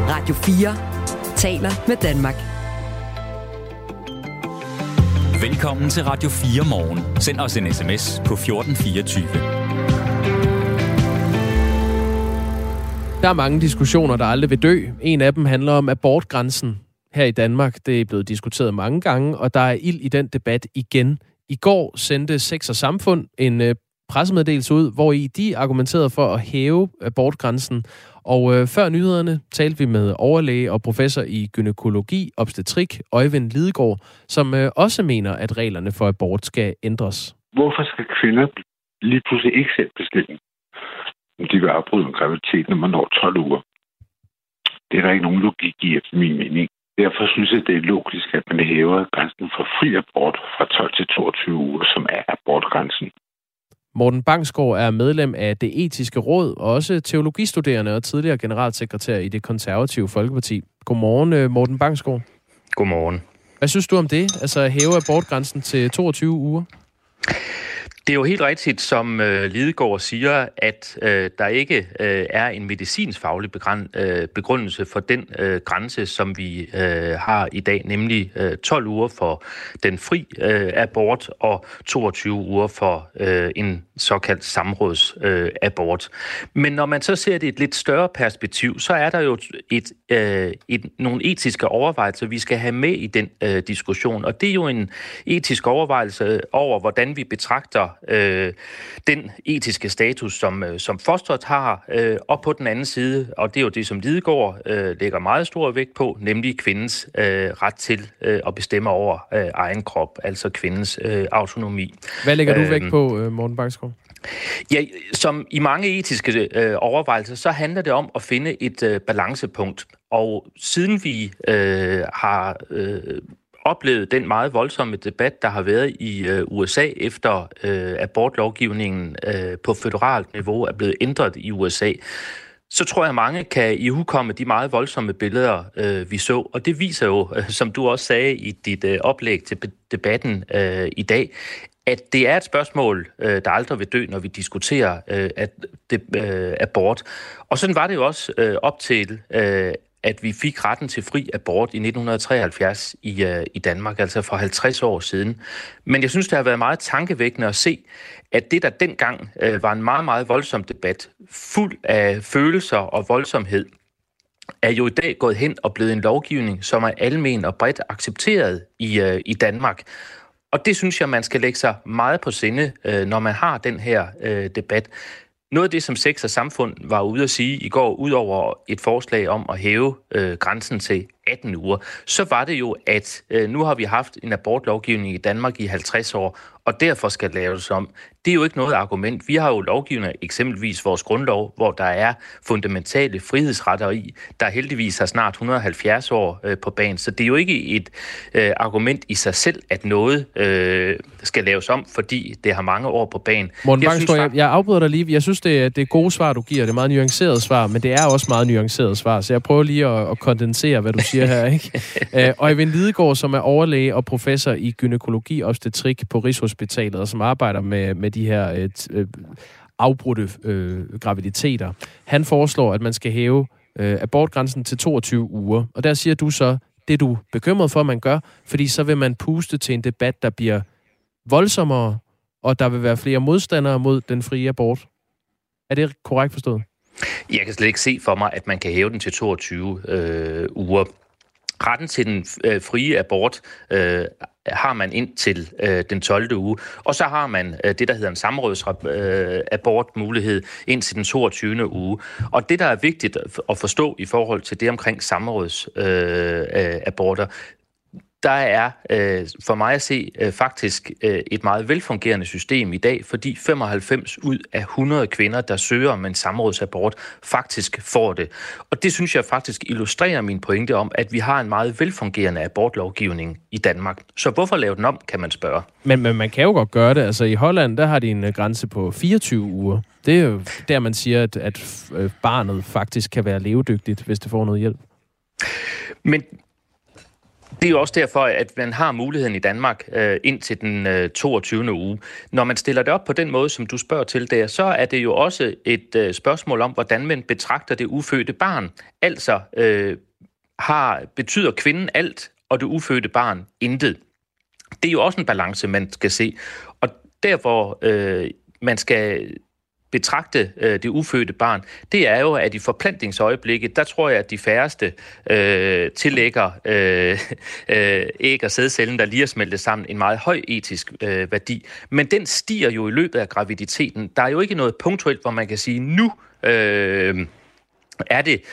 Radio 4 taler med Danmark. Velkommen til Radio 4 morgen. Send os en sms på 1424. Der er mange diskussioner, der aldrig vil dø. En af dem handler om abortgrænsen her i Danmark. Det er blevet diskuteret mange gange, og der er ild i den debat igen. I går sendte Sex og Samfund en pressemeddelelse ud, hvor de argumenterede for at hæve abortgrænsen. Og før nyhederne talte vi med overlæge og professor i gynækologi, obstetrik, Øjvind Lidegaard, som også mener, at reglerne for abort skal ændres. Hvorfor skal kvinder lige pludselig ikke selv bestemme, om de vil afbryde en graviditet, når man når 12 uger? Det er der ikke nogen logik i, efter min mening. Derfor synes jeg, det er logisk, at man hæver grænsen for fri abort fra 12 til 22 uger, som er abortgrænsen. Morten Bangsgaard er medlem af Det Etiske Råd, og også teologistuderende og tidligere generalsekretær i Det Konservative Folkeparti. Godmorgen, Morten Bangsgaard. Godmorgen. Hvad synes du om det? Altså at hæve abortgrænsen til 22 uger? Det er jo helt rigtigt, som Lidegaard siger, at der ikke er en medicinsk-faglig begrundelse for den grænse, som vi har i dag, nemlig 12 uger for den fri abort og 22 uger for en såkaldt samrådsabort. Men når man så ser det i et lidt større perspektiv, så er der jo nogle etiske overvejelser, vi skal have med i den diskussion. Og det er jo en etisk overvejelse over, hvordan vi betragter den etiske status, som fosteret har, og på den anden side, og det er jo det, som Lidegaard lægger meget stor vægt på, nemlig kvindens ret til at bestemme over egen krop, altså kvindens autonomi. Hvad lægger du vægt på, Morten Bangsgaard? Ja, som i mange etiske overvejelser, så handler det om at finde et balancepunkt. Og siden vi har oplevet den meget voldsomme debat, der har været i USA efter abortlovgivningen på føderalt niveau er blevet ændret i USA, så tror jeg, mange kan ihukomme de meget voldsomme billeder, vi så. Og det viser jo, som du også sagde i dit oplæg til debatten i dag, at det er et spørgsmål, der aldrig vil dø, når vi diskuterer abort. Og sådan var det jo også op til at vi fik retten til fri abort i 1973 i Danmark, altså for 50 år siden. Men jeg synes, det har været meget tankevækkende at se, at det, der dengang var en meget, meget voldsom debat, fuld af følelser og voldsomhed, er jo i dag gået hen og blevet en lovgivning, som er almen og bredt accepteret i Danmark. Og det synes jeg, man skal lægge sig meget på sinde, når man har den her debat. Noget af det, som Sex og Samfund var ude at sige i går, ud over et forslag om at hæve grænsen til 18 uger, så var det jo, at nu har vi haft en abortlovgivning i Danmark i 50 år, og derfor skal laves om. Det er jo ikke noget argument. Vi har jo lovgivning, eksempelvis vores grundlov, hvor der er fundamentale frihedsretter i, der heldigvis har snart 170 år på banen. Så det er jo ikke et argument i sig selv, at noget skal laves om, fordi det har mange år på banen. Morten Bangsgaard, jeg afbryder dig lige. Jeg synes, det er gode svar, du giver. Det er meget nuanceret svar, men det er også meget nuanceret svar, så jeg prøver lige at kondensere, hvad du siger her, ikke? Øjvind Lidegaard, som er overlæge og professor i gynækologi og obstetrik på Rigshospitalet, og som arbejder med de her afbrudte graviditeter. Han foreslår, at man skal hæve abortgrænsen til 22 uger. Og der siger du så, det du er bekymret for, at man gør, fordi så vil man puste til en debat, der bliver voldsommere, og der vil være flere modstandere mod den frie abort. Er det korrekt forstået? Jeg kan slet ikke se for mig, at man kan hæve den til 22 uger. Retten til den frie abort har man indtil den 12. uge, og så har man det, der hedder en samrådsabortmulighed indtil den 22. uge. Og det, der er vigtigt at forstå i forhold til det omkring samrådsaborter, der er for mig at se faktisk et meget velfungerende system i dag, fordi 95 ud af 100 kvinder, der søger om en samrådsabort, faktisk får det. Og det synes jeg faktisk illustrerer min pointe om, at vi har en meget velfungerende abortlovgivning i Danmark. Så hvorfor lave den om, kan man spørge. Men man kan jo godt gøre det. Altså i Holland, der har de en grænse på 24 uger. Det er jo der, man siger, at barnet faktisk kan være levedygtigt, hvis det får noget hjælp. Men Det er jo også derfor, at man har muligheden i Danmark indtil den 22. uge. Når man stiller det op på den måde, som du spørger til der, så er det jo også et spørgsmål om, hvordan man betragter det ufødte barn. Altså betyder kvinden alt, og det ufødte barn intet. Det er jo også en balance, man skal se. Og der, hvor man skal betragte det ufødte barn, det er jo, at i forplantningsøjeblikket, der tror jeg, at de færreste tillægger æg- og sædcellen, der lige er smeltet sammen, en meget høj etisk værdi. Men den stiger jo i løbet af graviditeten. Der er jo ikke noget punktuelt, hvor man kan sige, nu er det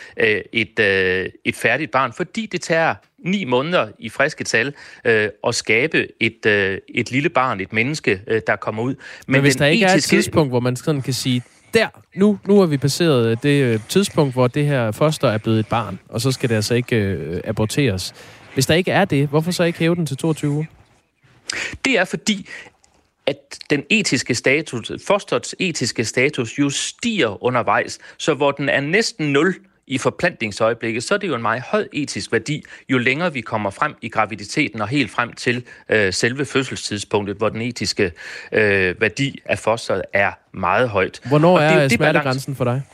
et færdigt barn, fordi det tager 9 måneder i friske tal at skabe et lille barn, et menneske, der kommer ud. Men hvis der ikke er et tidspunkt, hvor man sådan kan sige, nu har vi passeret det tidspunkt, hvor det her foster er blevet et barn, og så skal det altså ikke aborteres. Hvis der ikke er det, hvorfor så ikke hæve den til 22 uger? Det er fordi, at den etiske status, fosterets etiske status jo stiger undervejs, så hvor den er næsten 0 i forplantningsøjeblikket, så er det jo en meget høj etisk værdi, jo længere vi kommer frem i graviditeten og helt frem til selve fødselstidspunktet, hvor den etiske værdi af fosteret er meget højt. Hvornår er smertegrænsen for dig?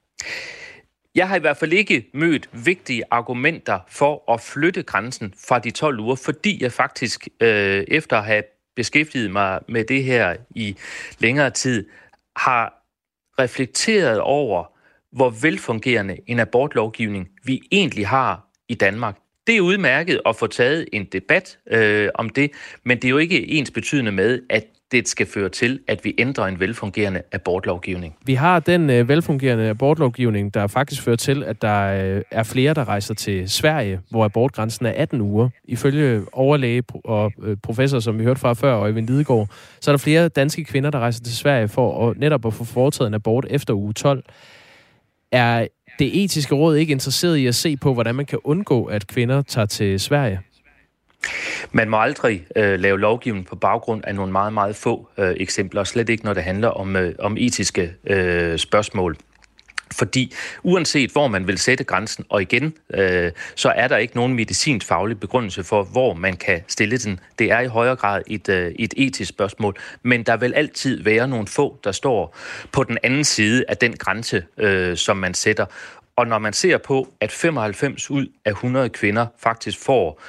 Jeg har i hvert fald ikke mødt vigtige argumenter for at flytte grænsen fra de 12 uger, fordi jeg faktisk efter at have beskæftiget mig med det her i længere tid, har reflekteret over, hvor velfungerende en abortlovgivning vi egentlig har i Danmark. Det er udmærket at få taget en debat om det, men det er jo ikke ensbetydende med, at det skal føre til, at vi ændrer en velfungerende abortlovgivning. Vi har den velfungerende abortlovgivning, der faktisk fører til, at der er flere, der rejser til Sverige, hvor abortgrænsen er 18 uger. Ifølge overlæge og professor, som vi hørte fra før, Øjvind Lidegaard, så er der flere danske kvinder, der rejser til Sverige for netop at få foretaget en abort efter uge 12. Er det etiske råd ikke interesseret i at se på, hvordan man kan undgå, at kvinder tager til Sverige? Man må aldrig lave lovgivning på baggrund af nogle meget, meget få eksempler, slet ikke når det handler om etiske spørgsmål. Fordi uanset hvor man vil sætte grænsen, og igen, så er der ikke nogen medicinsk faglig begrundelse for, hvor man kan stille den. Det er i højere grad et etisk spørgsmål, men der vil altid være nogle få, der står på den anden side af den grænse, som man sætter. Og når man ser på, at 95 ud af 100 kvinder faktisk får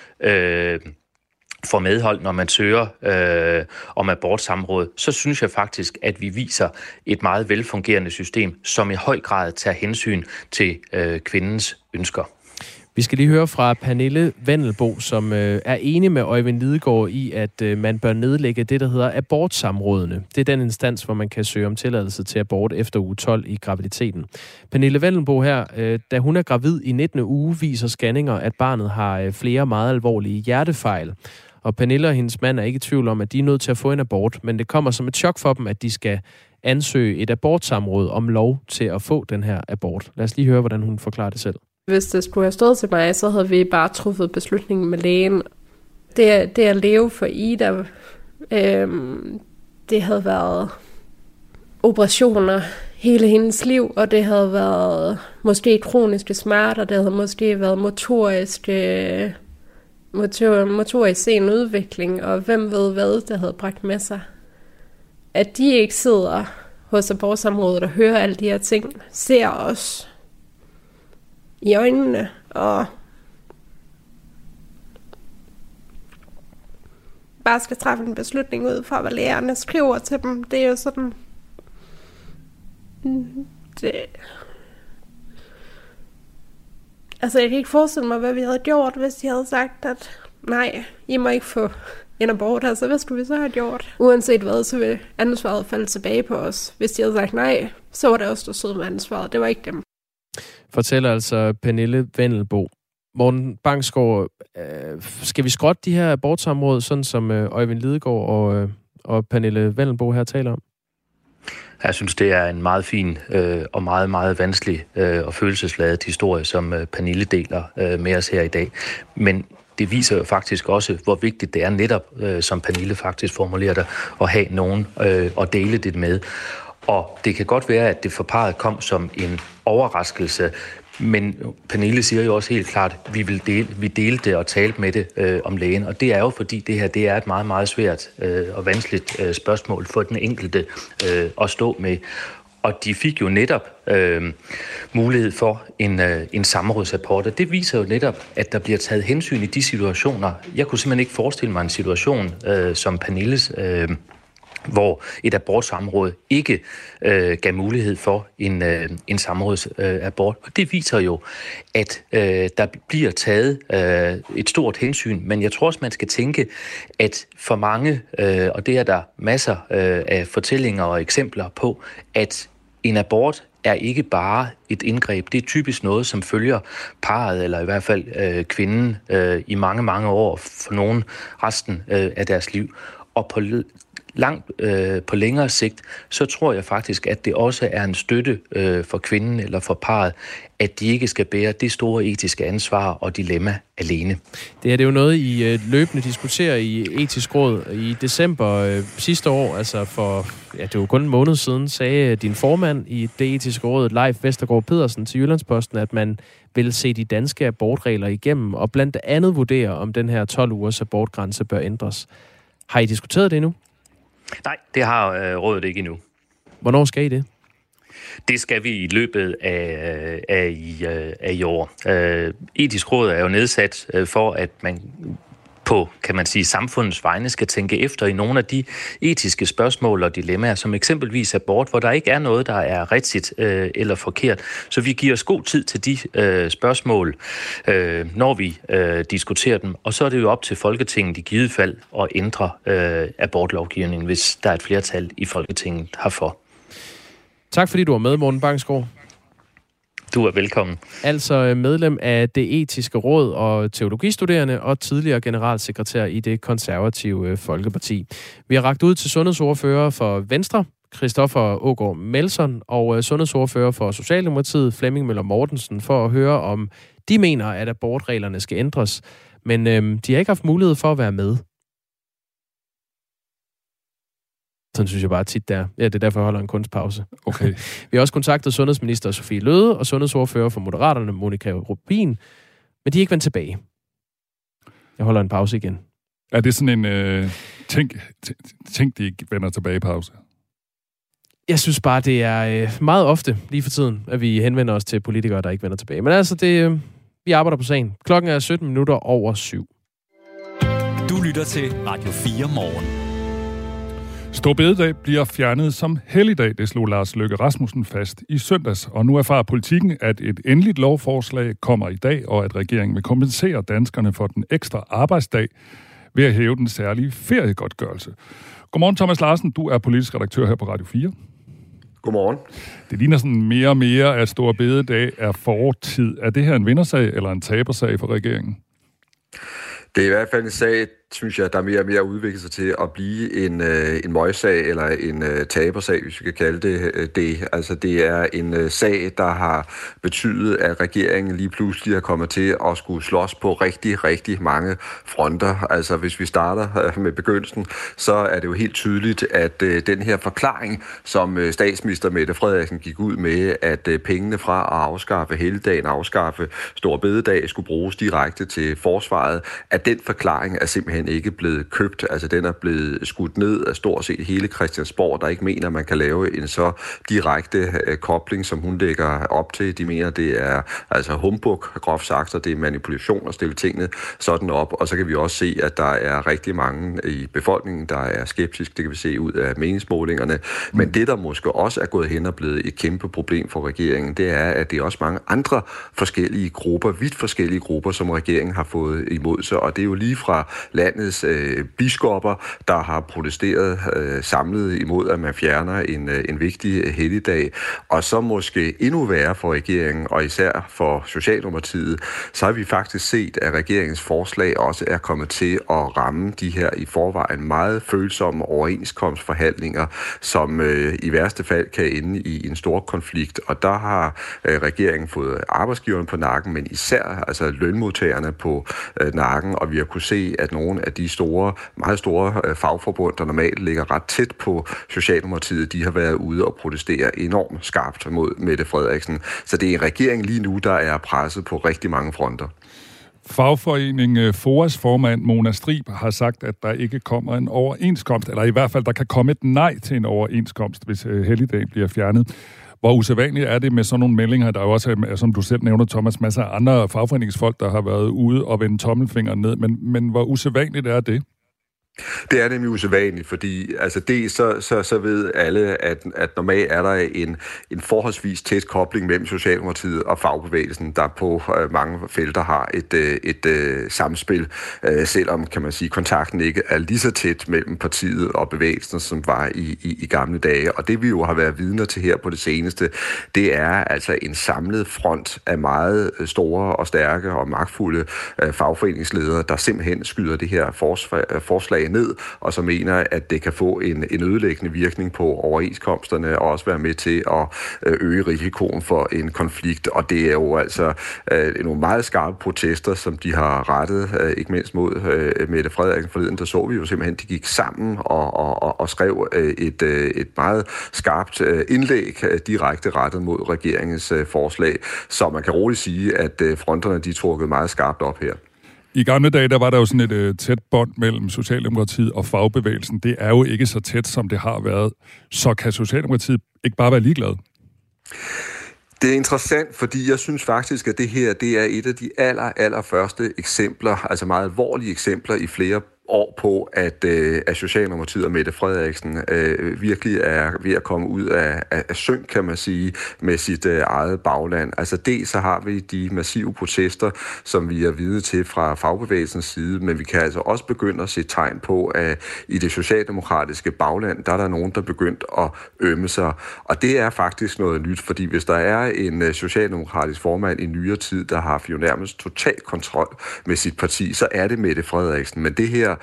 medhold, når man søger om abortsamråd, så synes jeg faktisk, at vi viser et meget velfungerende system, som i høj grad tager hensyn til kvindens ønsker. Vi skal lige høre fra Pernille Vendelbo, som er enig med Øjvind Lidegaard i, at man bør nedlægge det, der hedder abortsamrådene. Det er den instans, hvor man kan søge om tilladelse til abort efter uge 12 i graviditeten. Pernille Vendelbo her, da hun er gravid i 19. uge, viser scanninger, at barnet har flere meget alvorlige hjertefejl. Og Pernille og hendes mand er ikke i tvivl om, at de er nødt til at få en abort, men det kommer som et chok for dem, at de skal ansøge et abortsamråd om lov til at få den her abort. Lad os lige høre, hvordan hun forklarer det selv. Hvis det skulle have stået til mig, så havde vi bare truffet beslutningen med lægen. Det at leve for Ida, det havde været operationer hele hendes liv, og det havde været måske kroniske smerter, det havde måske været motorisk sen udvikling, og hvem ved hvad, det havde bragt med sig. At de ikke sidder hos abortsamrådet og hører alle de her ting, ser os i øjnene, og bare skal træffe en beslutning ud fra, hvad lærerne skriver til dem. Det er jo sådan... Altså, jeg kan ikke forestille mig, hvad vi havde gjort, hvis de havde sagt, at nej, I må ikke få en abort. Altså, hvad skulle vi så have gjort? Uanset hvad, så vil ansvaret falde tilbage på os. Hvis de havde sagt nej, så var det også der stod med ansvaret. Det var ikke dem. Fortæller altså Pernille Vendelbo. Morten Bangsgaard, skal vi skrotte de her abortsamråd, sådan som Øjvind Lidegaard og Pernille Vendelbo her taler om? Jeg synes, det er en meget fin og meget, meget vanskelig og følelsesladet historie, som Pernille deler med os her i dag. Men det viser jo faktisk også, hvor vigtigt det er netop, som Pernille faktisk formulerer det, at have nogen at dele det med. Og det kan godt være, at det for parret kom som en overraskelse, men Pernille siger jo også helt klart, at vi delte det og talte med det om lægen. Og det er jo fordi, det her det er et meget, meget svært og vanskeligt spørgsmål for den enkelte at stå med. Og de fik jo netop mulighed for en samrådsrapport, og det viser jo netop, at der bliver taget hensyn i de situationer. Jeg kunne simpelthen ikke forestille mig en situation som Pernilles, hvor et abortsamråd ikke gav mulighed for en samrådsabort. Og det viser jo, at der bliver taget et stort hensyn, men jeg tror også, man skal tænke, at for mange, og det er der masser af fortællinger og eksempler på, at en abort er ikke bare et indgreb. Det er typisk noget, som følger parret, eller i hvert fald kvinden, i mange, mange år, for nogen resten af deres liv. Og på længere sigt, så tror jeg faktisk, at det også er en støtte for kvinden eller for parret, at de ikke skal bære det store etiske ansvar og dilemma alene. Det er jo noget, I løbende diskuterer i Etisk Råd. I december sidste år, altså for, det var kun en måned siden, sagde din formand i det Etiske Råd, Leif Vestergaard Pedersen, til Jyllandsposten, at man vil se de danske abortregler igennem, og blandt andet vurdere, om den her 12 ugers abortgrænse bør ændres. Har I diskuteret det endnu? Nej, det har rådet ikke endnu. Hvornår skal I det? Det skal vi i løbet af i år. Etisk Råd er jo nedsat for, at man på, kan man sige, samfundets vegne skal tænke efter i nogle af de etiske spørgsmål og dilemmaer, som eksempelvis abort, hvor der ikke er noget, der er rigtigt eller forkert. Så vi giver os god tid til de spørgsmål, når vi diskuterer dem. Og så er det jo op til Folketinget i givet fald at ændre abortlovgivningen, hvis der er et flertal i Folketinget herfor. Tak fordi du var med, Morten Bangsgaard. Du er velkommen. Altså medlem af det Etiske Råd og teologistuderende og tidligere generalsekretær i det konservative Folkeparti. Vi har rakt ud til sundhedsordfører for Venstre, Christoffer Aagaard Melson, og sundhedsordfører for Socialdemokratiet, Flemming Møller Mortensen, for at høre, om de mener, at abortreglerne skal ændres. Men de har ikke haft mulighed for at være med. Sådan synes jeg bare tit der. Ja, det er derfor, jeg holder en kunstpause. Okay. Vi har også kontaktet sundhedsminister Sofie Løhde og sundhedsordfører for Moderaterne, Monika Rubin, men de er ikke vendt tilbage. Jeg holder en pause igen. Er det sådan en tænk de ikke vender tilbage pause? Jeg synes bare, det er meget ofte lige for tiden, at vi henvender os til politikere, der ikke vender tilbage. Men altså, vi arbejder på sagen. Klokken er 17 minutter over 7. Du lytter til Radio 4 Morgen. Store bededag bliver fjernet som helligdag, det slog Lars Løkke Rasmussen fast i søndags. Og nu erfarer Politikken, at et endeligt lovforslag kommer i dag, og at regeringen vil kompensere danskerne for den ekstra arbejdsdag ved at hæve den særlige feriegodtgørelse. Godmorgen, Thomas Larsen. Du er politisk redaktør her på Radio 4. Godmorgen. Det ligner sådan mere og mere, at store bededag er fortid. Er det her en vindersag eller en tabersag for regeringen? Det er i hvert fald en sag, synes jeg, der er mere og mere udviklet sig til at blive en møgssag eller en tabersag, hvis vi kan kalde det. Altså det er en sag, der har betydet, at regeringen lige pludselig er kommet til at skulle slås på rigtig, rigtig mange fronter. Altså hvis vi starter med begyndelsen, så er det jo helt tydeligt, at den her forklaring, som statsminister Mette Frederiksen gik ud med, at pengene fra at afskaffe helligdagen, afskaffe store bededag, skulle bruges direkte til forsvaret, at den forklaring er simpelthen ikke blevet købt. Altså den er blevet skudt ned af stort set hele Christiansborg, der ikke mener, at man kan lave en så direkte kobling, som hun lægger op til. De mener, det er altså humbug, groft sagt, og det er manipulation at stille tingene sådan op. Og så kan vi også se, at der er rigtig mange i befolkningen, der er skeptisk. Det kan vi se ud af meningsmålingerne. Men det, der måske også er gået hen og blevet et kæmpe problem for regeringen, det er, at det er også mange andre forskellige grupper, vidt forskellige grupper, som regeringen har fået imod sig. Og det er jo lige fra landets biskopper, der har protesteret samlet imod, at man fjerner en vigtig helligdag. Og så måske endnu værre for regeringen, og især for Socialdemokratiet, så har vi faktisk set, at regeringens forslag også er kommet til at ramme de her i forvejen meget følsomme overenskomstforhandlinger, som i værste fald kan ende i en stor konflikt. Og der har regeringen fået arbejdsgiverne på nakken, men især altså lønmodtagerne på nakken, og vi har kunne se, at nogle af de meget store fagforbund, der normalt ligger ret tæt på Socialdemokratiet, de har været ude og protestere enormt skarpt mod Mette Frederiksen. Så det er en regering lige nu, der er presset på rigtig mange fronter. Fagforening FOAs formand Mona Strib har sagt, at der ikke kommer en overenskomst, eller i hvert fald, der kan komme et nej til en overenskomst, hvis helligdagen bliver fjernet. Hvor usædvanligt er det med sådan nogle meldinger? Der er jo også, som du selv nævner, Thomas, masser af andre fagforeningsfolk, der har været ude og vende tommelfingeren ned. Men hvor usædvanligt er det? Det er nemlig usædvanligt, fordi altså så ved alle, at normalt er der en forholdsvis tæt kobling mellem Socialdemokratiet og fagbevægelsen, der på mange felter har et samspil, selvom, kan man sige, kontakten ikke er lige så tæt mellem partiet og bevægelsen, som var i gamle dage. Og det vi jo har været vidner til her på det seneste, det er altså en samlet front af meget store og stærke og magtfulde fagforeningsledere, der simpelthen skyder det her forslag ned, og så mener, at det kan få en ødelæggende virkning på overenskomsterne, og også være med til at øge risikoen for en konflikt. Og det er jo altså nogle meget skarpe protester, som de har rettet, ikke mindst mod Mette Frederiksen forleden. Der så vi jo simpelthen, de gik sammen og skrev et meget skarpt indlæg direkte rettet mod regeringens forslag. Så man kan roligt sige, at fronterne de er trukket meget skarpt op her. I gamle dage, der var der jo sådan et tæt bånd mellem Socialdemokratiet og fagbevægelsen. Det er jo ikke så tæt, som det har været. Så kan Socialdemokratiet ikke bare være ligeglade? Det er interessant, fordi jeg synes faktisk, at det her det er et af de allerførste eksempler, altså meget alvorlige eksempler i flere år på, at Socialdemokratiet og Mette Frederiksen virkelig er ved at komme ud af synk, kan man sige, med sit eget bagland. Altså så har vi de massive protester, som vi er vidne til fra fagbevægelsens side, men vi kan altså også begynde at se tegn på, at i det socialdemokratiske bagland, der er der nogen, der er begyndt at ømme sig. Og det er faktisk noget nyt, fordi hvis der er en socialdemokratisk formand i nyere tid, der har jo nærmest total kontrol med sit parti, så er det Mette Frederiksen. Men det her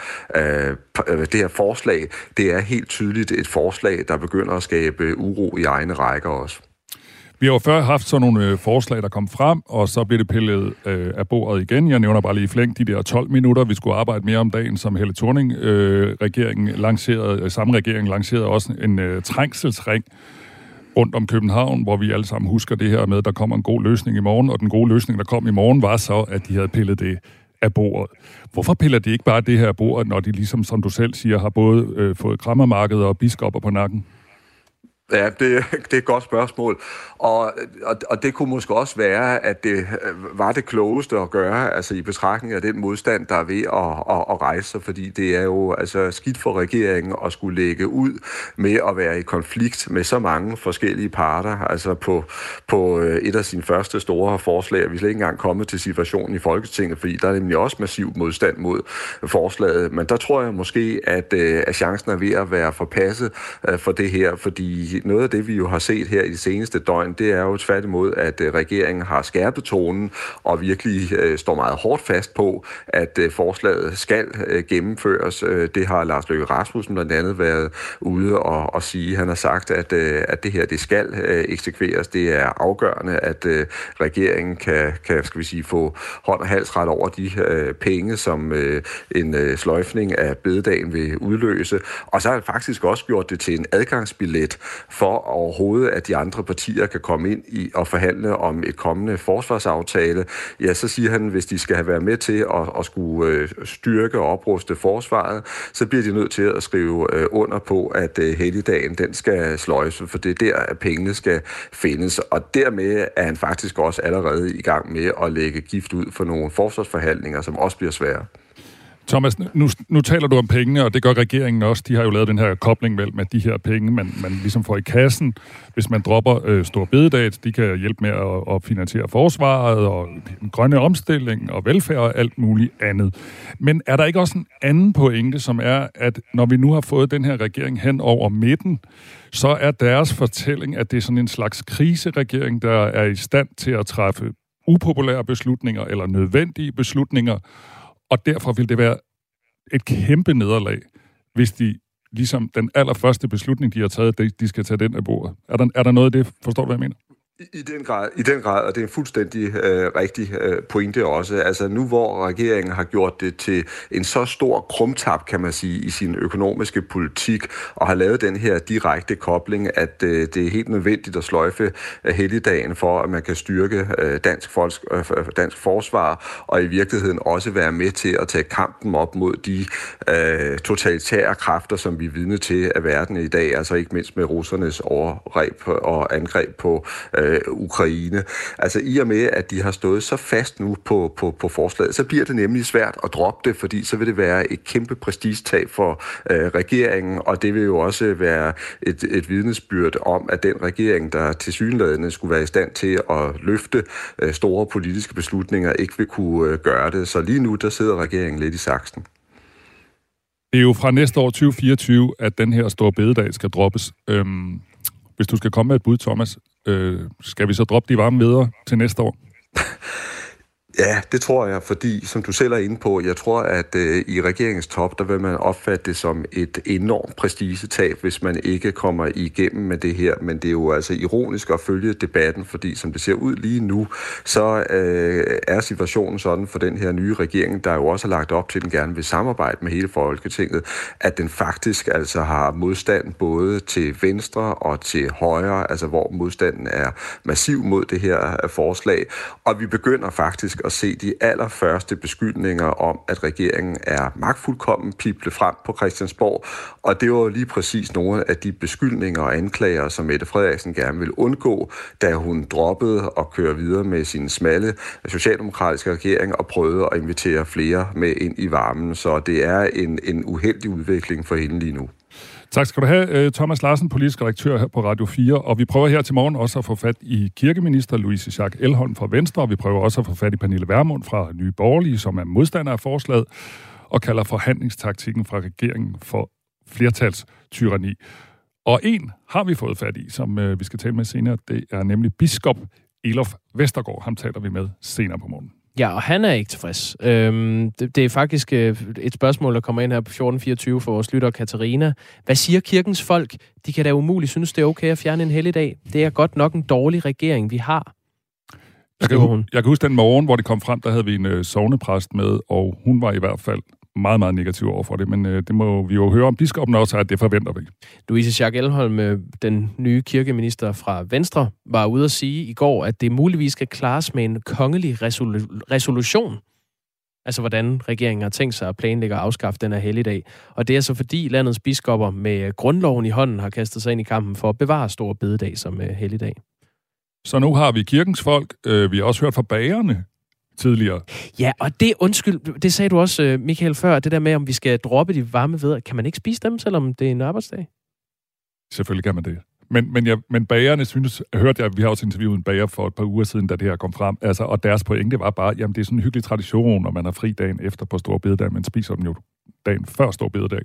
forslag, det er helt tydeligt et forslag, der begynder at skabe uro i egne rækker også. Vi har jo før haft sådan nogle forslag, der kom frem, og så blev det pillet af bordet igen. Jeg nævner bare lige i flæng de der 12 minutter, vi skulle arbejde mere om dagen, som Helle Thorning-regeringen lancerede. Samme regering lancerede også en trængselsring rundt om København, hvor vi alle sammen husker det her med, at der kommer en god løsning i morgen, og den gode løsning, der kom i morgen, var så, at de havde pillet det af bordet. Hvorfor piller de ikke bare det her af bordet, når de ligesom, som du selv siger, har både fået krammermarkeder og biskopper på nakken? Ja, det er et godt spørgsmål. Og det kunne måske også være, at det var det klogeste at gøre, altså i betragtning af den modstand, der er ved at rejse sig, fordi det er jo altså skidt for regeringen at skulle lægge ud med at være i konflikt med så mange forskellige parter, altså på et af sine første store forslag. Vi er slet ikke engang kommet til situationen i Folketinget, fordi der er nemlig også massiv modstand mod forslaget. Men der tror jeg måske, at chancen er ved at være forpasset for det her, fordi noget af det, vi jo har set her i de seneste døgn, det er jo tværtimod, at regeringen har skærpet tonen og virkelig står meget hårdt fast på, at forslaget skal gennemføres. Det har Lars Løkke Rasmussen blandt andet været ude og sige. Han har sagt, at det her, det skal eksekveres. Det er afgørende, at regeringen kan skal vi sige, få hånd og halsret over de penge, som en sløjfning af bededagen vil udløse. Og så har han faktisk også gjort det til en adgangsbillet for overhovedet, at de andre partier kan komme ind i og forhandle om et kommende forsvarsaftale. Ja, så siger han, hvis de skal have været med til at skulle styrke og opruste forsvaret, så bliver de nødt til at skrive under på, at helligdagen, den skal sløjse, for det er der, at pengene skal findes. Og dermed er han faktisk også allerede i gang med at lægge gift ud for nogle forsvarsforhandlinger, som også bliver svære. Thomas, nu taler du om pengene, og det gør regeringen også. De har jo lavet den her kobling mellem, at de her penge, man ligesom får i kassen, hvis man dropper store bededag, de kan hjælpe med at finansiere forsvaret og den grønne omstilling og velfærd og alt muligt andet. Men er der ikke også en anden pointe, som er, at når vi nu har fået den her regering hen over midten, så er deres fortælling, at det er sådan en slags kriseregering, der er i stand til at træffe upopulære beslutninger eller nødvendige beslutninger, og derfor vil det være et kæmpe nederlag, hvis de, ligesom den allerførste beslutning, de har taget, de skal tage den af bordet. Er der noget af det? Forstår du, hvad jeg mener? I den grad, og det er en fuldstændig rigtig pointe også. Altså nu, hvor regeringen har gjort det til en så stor krumtap, kan man sige, i sin økonomiske politik, og har lavet den her direkte kobling, at det er helt nødvendigt at sløjfe helligdagen for, at man kan styrke dansk forsvar, og i virkeligheden også være med til at tage kampen op mod de totalitære kræfter, som vi er vidne til af verden i dag, altså ikke mindst med russernes overgreb og angreb på Ukraine. Altså i og med, at de har stået så fast nu på forslaget, så bliver det nemlig svært at droppe det, fordi så vil det være et kæmpe prestigetab for regeringen, og det vil jo også være et vidnesbyrd om, at den regering, der tilsyneladende skulle være i stand til at løfte store politiske beslutninger, ikke vil kunne gøre det. Så lige nu, der sidder regeringen lidt i saksen. Det er jo fra næste år 2024, at den her store bededag skal droppes. Hvis du skal komme med et bud, Thomas, skal vi så droppe de varme hveder til næste år? Ja, det tror jeg, fordi som du selv er inde på, jeg tror, at i regeringens top, der vil man opfatte det som et enormt prestigetab, hvis man ikke kommer igennem med det her. Men det er jo altså ironisk at følge debatten, fordi som det ser ud lige nu, så er situationen sådan for den her nye regering, der jo også har lagt op til, at den gerne vil samarbejde med hele Folketinget, at den faktisk altså har modstand både til venstre og til højre, altså hvor modstanden er massiv mod det her forslag. Og vi begynder faktisk at se de allerførste beskyldninger om, at regeringen er magtfuldkommen piblet frem på Christiansborg. Og det var lige præcis nogle af de beskyldninger og anklager, som Mette Frederiksen gerne ville undgå, da hun droppede at køre videre med sin smalle socialdemokratiske regering og prøvede at invitere flere med ind i varmen. Så det er en uheldig udvikling for hende lige nu. Tak skal du have, Thomas Larsen, politisk redaktør her på Radio 4. Og vi prøver her til morgen også at få fat i kirkeminister Louise Schack Elholm fra Venstre, og vi prøver også at få fat i Pernille Vermund fra Nye Borgerlige, som er modstander af forslaget, og kalder forhandlingstaktikken fra regeringen for flertalstyranni. Og en har vi fået fat i, som vi skal tale med senere. Det er nemlig biskop Elof Vestergaard. Ham taler vi med senere på morgen. Ja, og han er ikke tilfreds. Det er faktisk et spørgsmål, der kommer ind her på 1424 for vores lytter Katarina. Hvad siger kirkens folk? De kan da umuligt synes, det er okay at fjerne en helligdag. Det er godt nok en dårlig regering, vi har. Jeg kan huske den morgen, hvor det kom frem, der havde vi en sognepræst med, og hun var i hvert fald meget, meget negativ over for det, men det må vi jo høre om biskoppen også, at det forventer vi. Louise Schack Elholm, den nye kirkeminister fra Venstre, var ude at sige i går, at det muligvis skal klares med en kongelig resolution. Altså hvordan regeringen har tænkt sig at planlægge at afskaffe den her helligdag. Og det er så fordi landets biskopper med grundloven i hånden har kastet sig ind i kampen for at bevare store bededag som helligdag. Så nu har vi kirkens folk. Vi har også hørt fra bagerne tidligere. Ja, og det sagde du også, Michael, før, det der med, om vi skal droppe de varme hveder. Kan man ikke spise dem, selvom det er en arbejdsdag? Selvfølgelig kan man det. Men bagerne synes, hørte jeg, vi har også interviewet en bager for et par uger siden, da det her kom frem, altså, og deres pointe var bare, jamen det er sådan en hyggelig tradition, når man har fri dagen efter på store bededag, man spiser dem jo dagen før store bededag.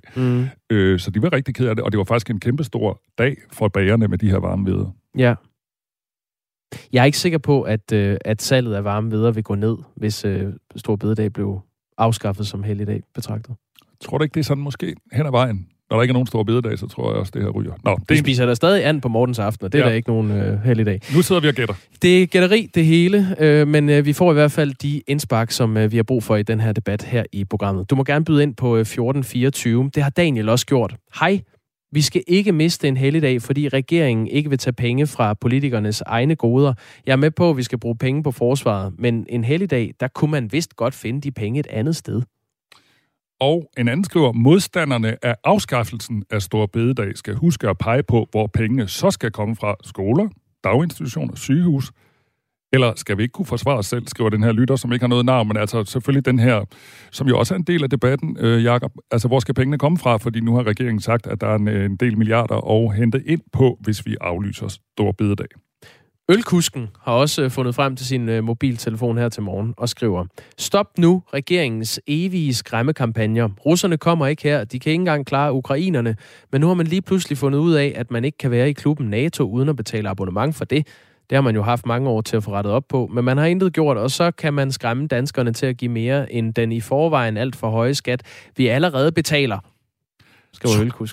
Så de var rigtig ked af det, og det var faktisk en kæmpe stor dag for bagerne med de her varme hveder. Ja. Jeg er ikke sikker på, at salget af varme hveder vil gå ned, hvis store bededag blev afskaffet som helligdag betragtet. Tror du ikke, det er sådan måske hen ad vejen? Når der ikke er nogen store bededag, så tror jeg også, det her ryger. Vi spiser der stadig and på Mortens aften, og det er der ikke nogen helligdag. Nu sidder vi og gætter. Det er gætteri, det hele, men vi får i hvert fald de indspark, som vi har brug for i den her debat her i programmet. Du må gerne byde ind på 1424. Det har Daniel også gjort. Hej. Vi skal ikke miste en helligdag, fordi regeringen ikke vil tage penge fra politikernes egne goder. Jeg er med på, at vi skal bruge penge på forsvaret, men en helligdag, der kunne man vist godt finde de penge et andet sted. Og en anden skriver, modstanderne af afskaffelsen af store bededag skal huske at pege på, hvor pengene så skal komme fra: skoler, daginstitutioner, sygehus. Eller skal vi ikke kunne forsvare os selv, skriver den her lytter, som ikke har noget navn, men altså selvfølgelig den her, som jo også er en del af debatten, Jakob. Altså, hvor skal pengene komme fra? Fordi nu har regeringen sagt, at der er en del milliarder at hente ind på, hvis vi aflyser store bededag. Ølkusken har også fundet frem til sin mobiltelefon her til morgen og skriver: Stop nu regeringens evige skræmmekampagner. Russerne kommer ikke her, de kan ikke engang klare ukrainerne, men nu har man lige pludselig fundet ud af, at man ikke kan være i klubben NATO uden at betale abonnement for det. Det har man jo haft mange år til at få rettet op på, men man har intet gjort, og så kan man skræmme danskerne til at give mere end den i forvejen alt for høje skat, vi allerede betaler, skriver Ølkusken.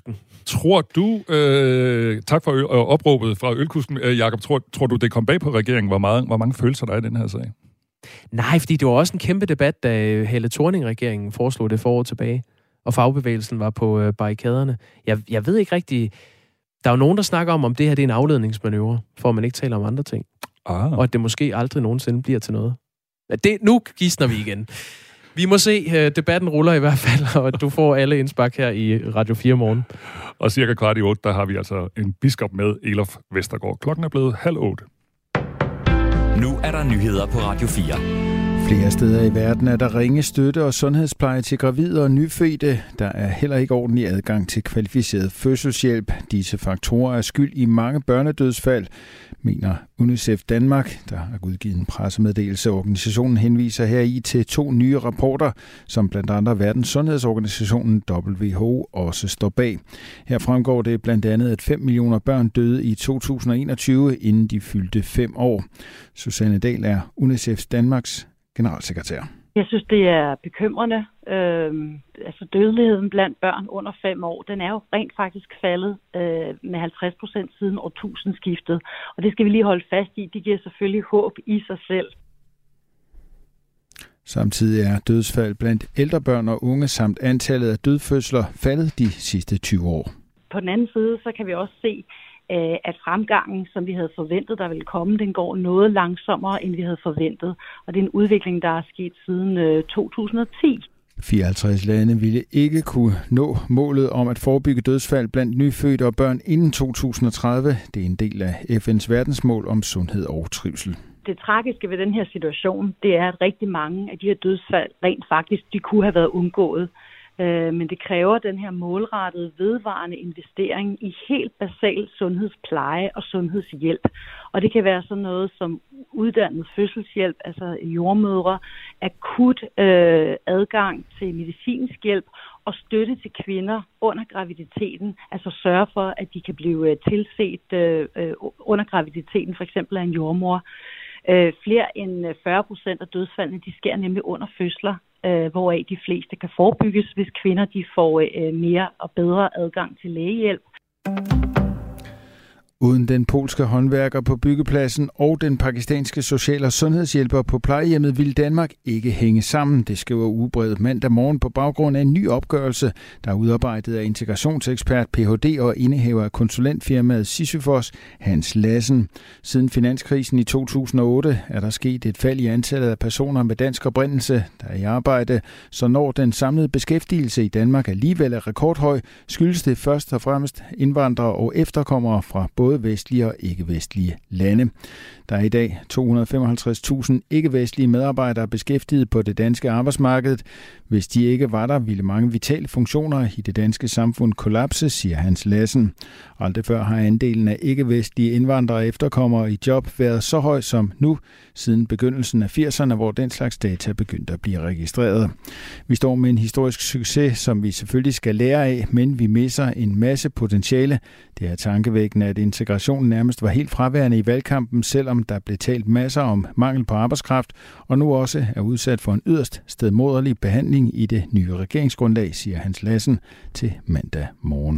Tror du, tak for opråbet fra Ølkusken, Jakob, tror du, det kom bag på regeringen, hvor mange følelser der er i den her sag? Nej, fordi det var også en kæmpe debat, da Helle Thorning-regeringen foreslog det forår tilbage, og fagbevægelsen var på barrikaderne. Jeg ved ikke rigtig. Der er jo nogen, der snakker om det her det er en afledningsmanøvre, for at man ikke taler om andre ting. Og at det måske aldrig nogensinde bliver til noget. Nu gisner vi igen. Vi må se, debatten ruller i hvert fald, og du får alle indspark her i Radio 4 morgen. Og cirka 7:15, der har vi altså en biskop med, Elof Vestergaard. Klokken er blevet 7:30. Nu er der nyheder på Radio 4. Flere steder i verden er der ringe støtte og sundhedspleje til gravide og nyfødte. Der er heller ikke ordentlig adgang til kvalificeret fødselshjælp. Disse faktorer er skyld i mange børnedødsfald, mener UNICEF Danmark, der har udgivet en pressemeddelelse. Organisationen henviser heri til 2 nye rapporter, som blandt andre Verdens Sundhedsorganisationen WHO også står bag. Her fremgår det blandt andet, at 5 millioner børn døde i 2021, inden de fyldte 5 år. Susanne Dahl er UNICEF Danmarks generalsekretær. Jeg synes, det er bekymrende. Altså dødeligheden blandt børn under 5 år, den er jo rent faktisk faldet med 50% siden årtusindskiftet. Og det skal vi lige holde fast i. Det giver selvfølgelig håb i sig selv. Samtidig er dødsfald blandt ældre børn og unge samt antallet af dødfødsler faldet de sidste 20 år. På den anden side, så kan vi også se, at fremgangen, som vi havde forventet, der ville komme, den går noget langsommere, end vi havde forventet. Og det er en udvikling, der er sket siden 2010. 54 lande ville ikke kunne nå målet om at forebygge dødsfald blandt nyfødte og børn inden 2030. Det er en del af FN's verdensmål om sundhed og trivsel. Det tragiske ved den her situation, det er, at rigtig mange af de her dødsfald rent faktisk, de kunne have været undgået. Men det kræver den her målrettede, vedvarende investering i helt basal sundhedspleje og sundhedshjælp. Og det kan være sådan noget som uddannet fødselshjælp, altså jordmødre, akut adgang til medicinsk hjælp og støtte til kvinder under graviditeten. Altså sørge for, at de kan blive tilset under graviditeten, for eksempel af en jordmor. Flere end 40% af dødsfaldene, de sker nemlig under fødsler, hvoraf de fleste kan forebygges, hvis kvinder de får mere og bedre adgang til lægehjælp. Uden den polske håndværker på byggepladsen og den pakistanske social- og sundhedshjælper på plejehjemmet ville Danmark ikke hænge sammen, det skriver Ugebrevet mandag morgen på baggrund af en ny opgørelse, der er udarbejdet af integrationsekspert, Ph.D. og indehaver af konsulentfirmaet Sisyfos, Hans Lassen. Siden finanskrisen i 2008 er der sket et fald i antallet af personer med dansk oprindelse, der er i arbejde, så når den samlede beskæftigelse i Danmark alligevel er rekordhøj, skyldes det først og fremmest indvandrere og efterkommere fra både vestlige og ikke-vestlige lande. Der er i dag 255.000 ikke-vestlige medarbejdere beskæftiget på det danske arbejdsmarked. Hvis de ikke var der, ville mange vitale funktioner i det danske samfund kollapse, siger Hans Lassen. Aldrig før har andelen af ikke-vestlige indvandrere og efterkommere i job været så høj som nu, siden begyndelsen af 80'erne, hvor den slags data begyndte at blive registreret. Vi står med en historisk succes, som vi selvfølgelig skal lære af, men vi misser en masse potentiale. Det er tankevækkende, at integrationen nærmest var helt fraværende i valgkampen, selvom der blev talt masser om mangel på arbejdskraft, og nu også er udsat for en yderst stedmoderlig behandling i det nye regeringsgrundlag, siger Hans Lassen til mandag morgen.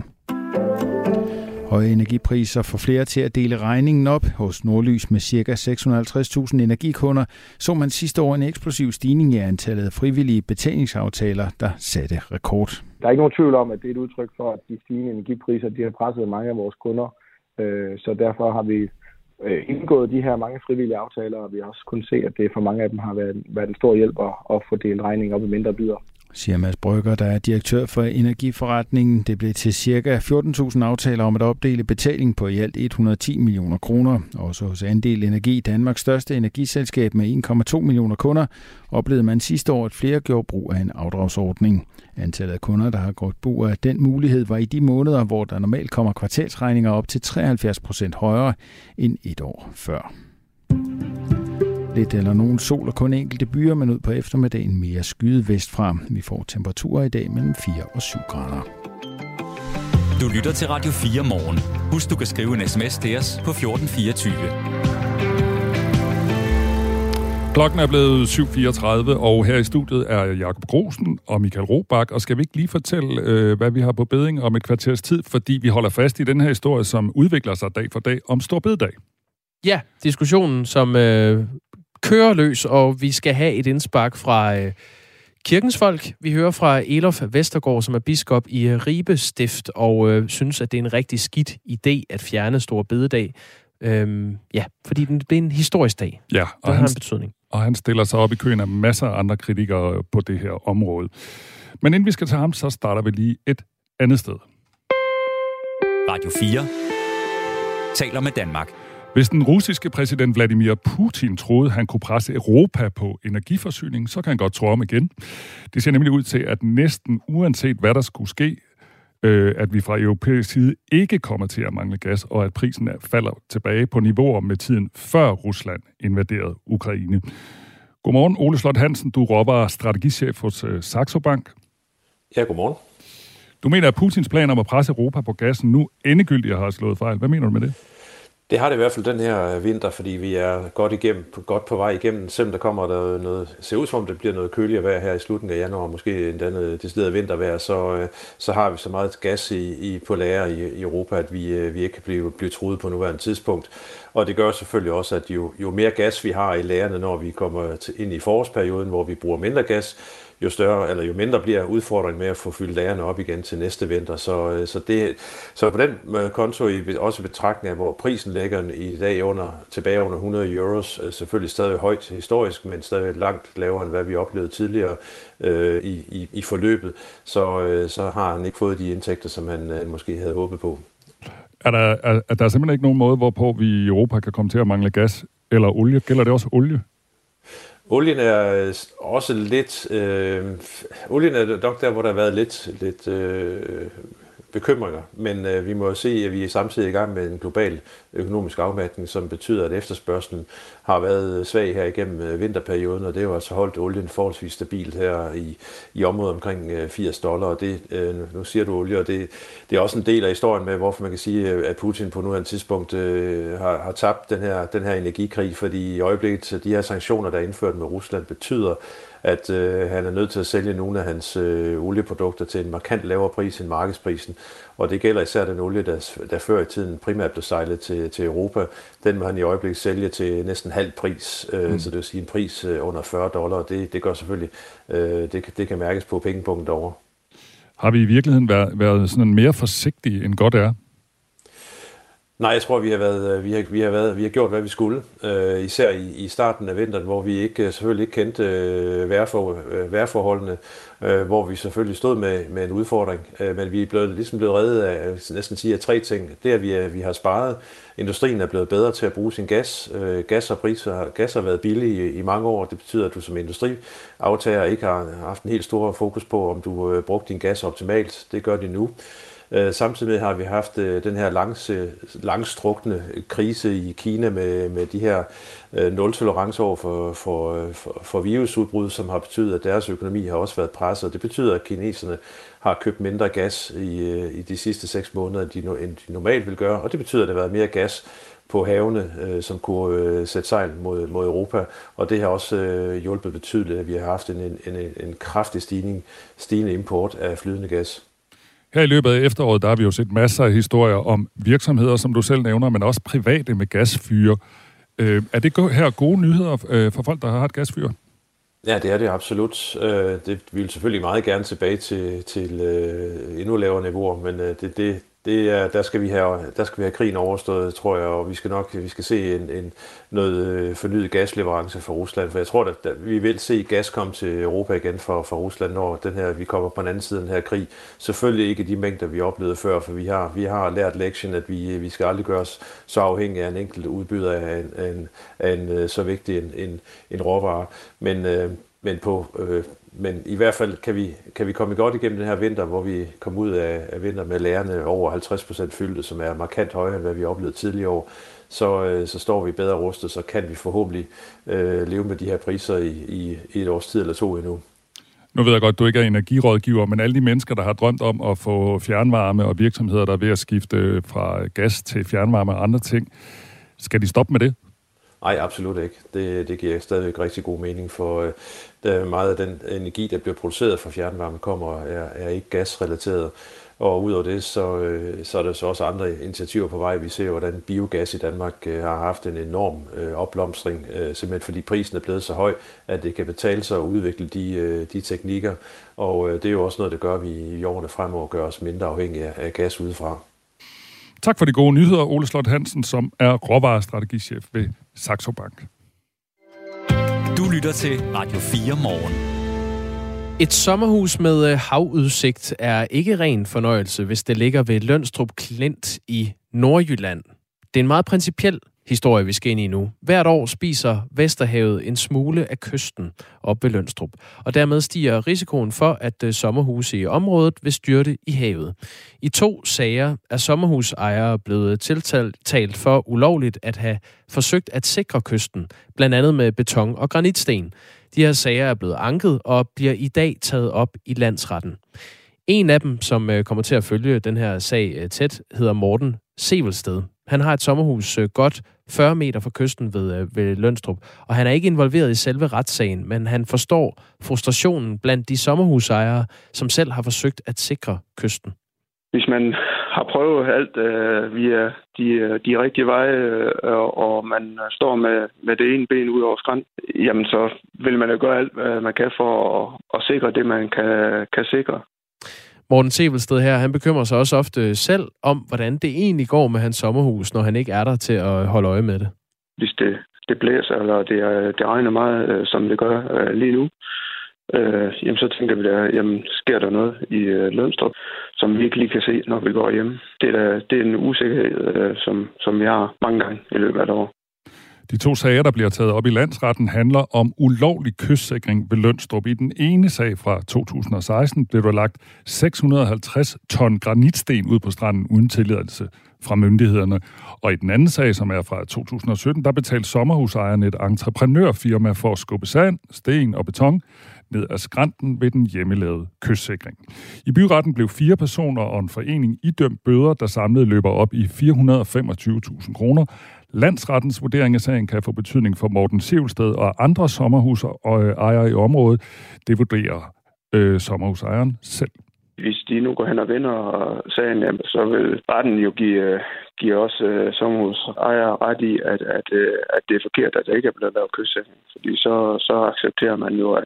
Høje energipriser får flere til at dele regningen op. Hos Nordlys med ca. 650.000 energikunder så man sidste år en eksplosiv stigning i antallet af frivillige betalingsaftaler, der satte rekord. Der er ikke nogen tvivl om, at det er et udtryk for, at de stigende energipriser de har presset mange af vores kunder. Så derfor har vi indgået de her mange frivillige aftaler, og vi har også kunnet se, at det for mange af dem har været en stor hjælp at få delt regningen op i mindre bidder. Siger Mads Brygger, der er direktør for energiforretningen. Det blev til ca. 14.000 aftaler om at opdele betaling på i alt 110 millioner kroner. Også hos Andel Energi, Danmarks største energiselskab med 1,2 millioner kunder, oplevede man sidste år, at flere gjorde brug af en afdragsordning. Antallet af kunder, der har gjort brug af den mulighed, var i de måneder, hvor der normalt kommer kvartalsregninger op til 73% højere end et år før. Lidt eller nogen sol og kun enkelte byer, men ud på eftermiddagen mere skyet vestfra. Vi får temperaturer i dag mellem 4 og 7 grader. Du lytter til Radio 4 morgen. Husk, du kan skrive en sms til os på 1424. Klokken er blevet 7.34, og her i studiet er Jakob Grosen og Michael Robach. Og skal vi ikke lige fortælle, hvad vi har på bedding om et kvarters tid, fordi vi holder fast i den her historie, som udvikler sig dag for dag om Store Bededag. Ja, diskussionen, som kører løs, og vi skal have et indspark fra kirkens folk. Vi hører fra Elof Vestergaard, som er biskop i Ribe Stift, og synes, at det er en rigtig skidt idé at fjerne Store Bededag. Fordi det er en historisk dag. Ja, og det har en betydning. Og han stiller sig op i køen af masser af andre kritikere på det her område. Men inden vi skal til ham, så starter vi lige et andet sted. Radio 4 taler med Danmark. Hvis den russiske præsident Vladimir Putin troede, han kunne presse Europa på energiforsyning, så kan han godt tro om igen. Det ser nemlig ud til, at næsten uanset hvad der skulle ske, at vi fra europæisk side ikke kommer til at mangle gas, og at prisen falder tilbage på niveauer med tiden før Rusland invaderede Ukraine. Godmorgen, Ole Slot Hansen. Du råber strategichef hos Saxo Bank. Ja, godmorgen. Du mener, at Putins plan om at presse Europa på gassen nu endegyldigt har slået fejl. Hvad mener du med det? Det har det i hvert fald den her vinter, fordi vi er godt på vej igennem. Selvom der kommer noget, ser ud som om det bliver noget køligere vejr her i slutningen af januar, måske endda noget decideret vintervejr, så har vi så meget gas på lager i Europa, at vi ikke kan blive truet på nuværende tidspunkt. Og det gør selvfølgelig også, at jo mere gas vi har i lagerne, når vi kommer ind i forårsperioden, hvor vi bruger mindre gas, jo mindre bliver udfordringen med at få fyldt lagerne op igen til næste vinter. Så på den konto, også i betragtning af, hvor prisen ligger i dag tilbage under 100 euros, selvfølgelig stadig højt historisk, men stadig langt lavere end hvad vi oplevede tidligere i forløbet, så har han ikke fået de indtægter, som han måske havde håbet på. Er der simpelthen ikke nogen måde, hvorpå vi i Europa kan komme til at mangle gas eller olie? Gælder det også olie? Olien er også lidt... olien er nok der, hvor der har været lidt bekymringer, men vi må jo se, at vi er samtidig i gang med en global økonomisk afmatning, som betyder, at efterspørgselen har været svag her igennem vinterperioden, og det har jo altså holdt olien forholdsvis stabilt her i området omkring $80, og det, nu siger du olie, og det er også en del af historien med, hvorfor man kan sige, at Putin på nuværende tidspunkt har tabt den her energikrig, fordi i øjeblikket, de her sanktioner, der er indført med Rusland, betyder, at han er nødt til at sælge nogle af hans olieprodukter til en markant lavere pris end markedsprisen. Og det gælder især den olie, der før i tiden primært blev sejlet til Europa. Den må han i øjeblikket sælge til næsten halv pris, så det vil sige en pris under $40. Det gør selvfølgelig, det kan mærkes på pengepunkten derovre. Har vi i virkeligheden været sådan mere forsigtige end godt er? Nej, jeg tror, vi har gjort, hvad vi skulle. Især i starten af vinteren, hvor vi selvfølgelig ikke kendte vejrforholdene, hvor vi selvfølgelig stod med en udfordring. Men vi er blevet reddet af næsten sige af tre ting. Det er, at vi har sparet. Industrien er blevet bedre til at bruge sin gas. Gas har været billig i mange år. Det betyder, at du som industriaftager ikke har haft en helt stor fokus på, om du brugte din gas optimalt. Det gør de nu. Samtidig har vi haft den her langstrukne krise i Kina med de her nul-tolerance over for virusudbrud, som har betydet, at deres økonomi har også været presset. Det betyder, at kineserne har købt mindre gas i de sidste 6 måneder, end de normalt vil gøre, og det betyder, at der har været mere gas på havene, som kunne sætte sejl mod Europa, og det har også hjulpet betydeligt, at vi har haft en kraftig stigende import af flydende gas. Her i løbet af efteråret, der har vi jo set masser af historier om virksomheder, som du selv nævner, men også private med gasfyre. Er det her gode nyheder for folk, der har et gasfyr? Ja, det er det absolut. Det vil selvfølgelig meget gerne tilbage til endnu lavere niveauer, men der skal vi have krigen overstået, tror jeg, og vi skal se noget fornyet gasleverance fra Rusland, for jeg tror, at vi vil se gas komme til Europa igen fra Rusland, når vi kommer på den anden side af den her krig. Selvfølgelig ikke de mængder, vi oplevede før, for vi har lært lektionen, at vi skal aldrig gøre os så afhængige af en enkelt udbyder af en så vigtig en råvare. Men i hvert fald kan vi komme godt igennem den her vinter, hvor vi kommer ud af vinter med lagerne over 50% fyldte, som er markant højere, end hvad vi oplevede tidligere år. Så står vi bedre rustet, så kan vi forhåbentlig leve med de her priser i et års tid eller 2 endnu. Nu ved jeg godt, at du ikke er energirådgiver, men alle de mennesker, der har drømt om at få fjernvarme og virksomheder, der er ved at skifte fra gas til fjernvarme og andre ting, skal de stoppe med det? Nej, absolut ikke. Det giver stadigvæk rigtig god mening, for meget af den energi, der bliver produceret fra fjernvarme, er ikke gasrelateret. Og udover det, så er der så også andre initiativer på vej. Vi ser, hvordan biogas i Danmark har haft en enorm opblomstring, simpelthen fordi prisen er blevet så høj, at det kan betale sig at udvikle de teknikker. Og det er jo også noget, der gør, at vi i årene fremover gør os mindre afhængige af gas udefra. Tak for de gode nyheder, Ole Slot Hansen, som er råvarestrategichef ved Saxo Bank. Du lytter til Radio 4 Morgen. Et sommerhus med havudsigt er ikke ren fornøjelse, hvis det ligger ved Lønstrup Klint i Nordjylland. Det er en meget principiel historie, vi skal ind i nu. Hvert år spiser Vesterhavet en smule af kysten op ved Lønstrup, og dermed stiger risikoen for, at sommerhuse i området vil styrte i havet. I 2 sager er sommerhusejere blevet tiltalt for ulovligt at have forsøgt at sikre kysten, blandt andet med beton og granitsten. De her sager er blevet anket og bliver i dag taget op i landsretten. En af dem, som kommer til at følge den her sag tæt, hedder Morten Sevelsted. Han har et sommerhus godt 40 meter fra kysten ved Lønstrup, og han er ikke involveret i selve retssagen, men han forstår frustrationen blandt de sommerhusejere, som selv har forsøgt at sikre kysten. Hvis man har prøvet alt via de rigtige veje, og man står med det ene ben ud over skrænten, jamen så vil man jo gøre alt, hvad man kan for at sikre det, man kan sikre. Morten Sevelsted her, han bekymrer sig også ofte selv om, hvordan det egentlig går med hans sommerhus, når han ikke er der til at holde øje med det. Hvis det blæser, eller det regner meget, som det gør lige nu, jamen så tænker vi der, jamen sker der noget i Lønstrup, som vi ikke lige kan se, når vi går hjem. Det er en usikkerhed, som vi har mange gange i løbet af et år. De 2 sager, der bliver taget op i landsretten, handler om ulovlig kystsikring ved Lønstrup. I den ene sag fra 2016 blev der lagt 650 ton granitsten ud på stranden uden tilladelse fra myndighederne. Og i den anden sag, som er fra 2017, der betalte sommerhusejerne et entreprenørfirma for at skubbe sand, sten og beton ned ad skrænten ved den hjemmelavede kystsikring. I byretten blev 4 personer og en forening idømt bøder, der samlet løber op i 425.000 kroner. Landsrettens vurdering af sagen kan få betydning for Morten Sevelsted og andre sommerhusejere i området. Det vurderer sommerhusejeren selv. Hvis de nu går hen og vinder sagen, så vil retten jo give os sommerhusejere ret i, at det er forkert, at der ikke er blevet lavet kystsikring. Fordi så accepterer man jo,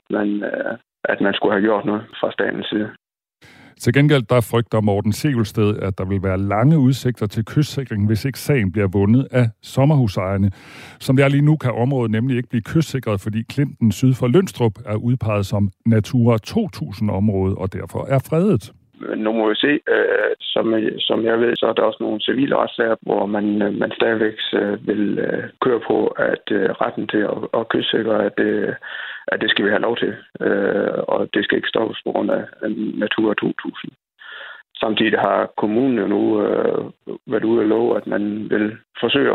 at man skulle have gjort noget fra statens side. Til gengæld der frygter Morten Sevelsted, at der vil være lange udsigter til kystsikring, hvis ikke sagen bliver vundet af sommerhusejerne. Som det er lige nu, kan området nemlig ikke blive kystsikret, fordi Klinten syd for Lønstrup er udpeget som Natura 2000-område og derfor er fredet. Nu må vi se, som jeg ved, så er der også nogle civile retssager, hvor man stadigvæk vil køre på, at retten til at kystsikre, at det skal vi have lov til, og det skal ikke stoppes på grund af Natura 2000. Samtidig har kommunen jo nu været ude og love, at man vil forsøge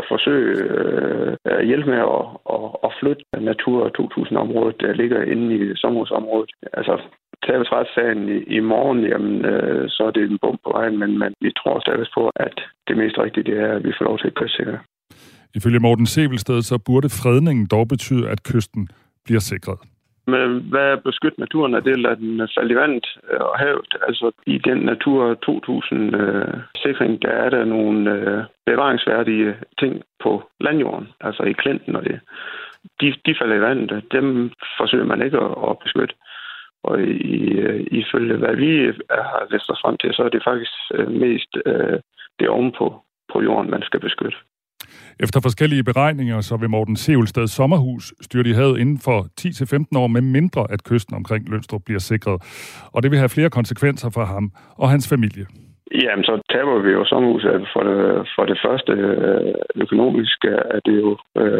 at hjælpe med at flytte Natura 2000-området, der ligger inde i sommerhusområdet. Altså, tabes retssagen i morgen, jamen, så er det en bump på vejen, men vi tror stadig på, at det mest rigtige det er, at vi får lov til at kystsikre. Ifølge Morten Sevelsted, så burde fredningen dog betyde, at kysten bliver sikret. Men hvad er beskyttet naturen af det, at den falde i vandet og havet? Altså i den Natura 2000-sikring, der er der nogle bevaringsværdige ting på landjorden, altså i Klinten og det. De falder i vandet, dem forsøger man ikke at beskytte. Og ifølge hvad vi har læst os frem til, så er det faktisk mest det ovenpå på jorden, man skal beskytte. Efter forskellige beregninger, så vil Morten Sevelsted sommerhus styrte i havet inden for 10-15 år, med mindre at kysten omkring Lønstrup bliver sikret. Og det vil have flere konsekvenser for ham og hans familie. Jamen, så taber vi jo sommerhuset. For det første økonomisk er det jo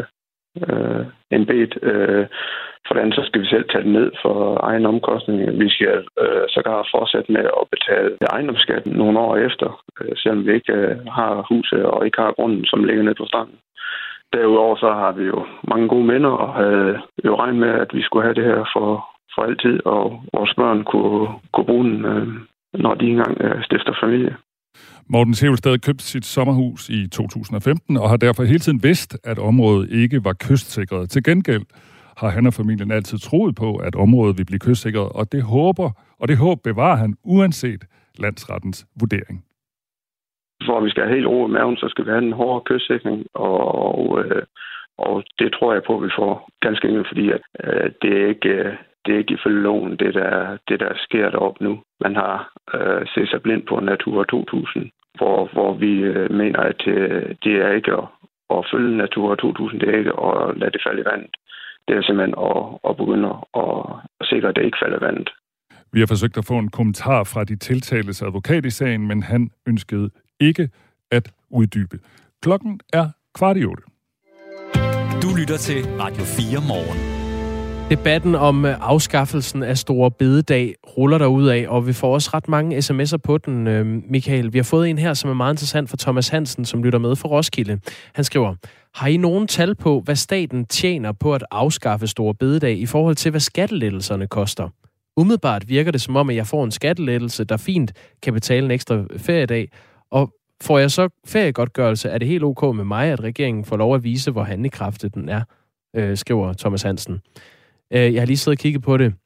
en bed. For det andet, så skal vi selv tage det ned for egen omkostninger. Vi skal sågar fortsætte med at betale ejendomsskat nogle år efter, selvom vi ikke har huset og ikke har grunden, som ligger nede på stranden. Derudover så har vi jo mange gode minder og havde jo regnet med, at vi skulle have det her for altid, og vores børn kunne bruge den, når de engang stifter familie. Morten Sevelsted købte sit sommerhus i 2015 og har derfor hele tiden vidst, at området ikke var kystsikret. Til gengæld har han og familien altid troet på, at området vil blive kystsikret, og det håb bevarer han uanset landsrettens vurdering. For at vi skal have helt ro i maven, så skal vi have en hårdere kystsikring, og det tror jeg på, at vi får ganske enkelt, fordi at, det er ikke ifølge loven, det der sker deroppe nu. Man har set sig blind på Natura 2000, hvor vi mener, at det er ikke at følge Natura 2000, det er ikke at lade det falde i vandet. Det er simpelthen at begynde at sikre, at det ikke falder i vandet. Vi har forsøgt at få en kommentar fra de tiltaltes advokat i sagen, men han ønskede ikke at uddybe. Klokken er 7:15. Du lytter til Radio 4 Morgen. Debatten om afskaffelsen af Store Bededag ruller derudad, og vi får også ret mange sms'er på den, Michael. Vi har fået en her, som er meget interessant fra Thomas Hansen, som lytter med fra Roskilde. Han skriver: har I nogen tal på, hvad staten tjener på at afskaffe Store Bededag i forhold til, hvad skattelettelserne koster? Umiddelbart virker det som om, at jeg får en skattelettelse, der fint kan betale en ekstra feriedag, og får jeg så feriegodtgørelse, er det helt ok med mig, at regeringen får lov at vise, hvor handlekraftig den er, skriver Thomas Hansen. Jeg har lige siddet og kigget på det.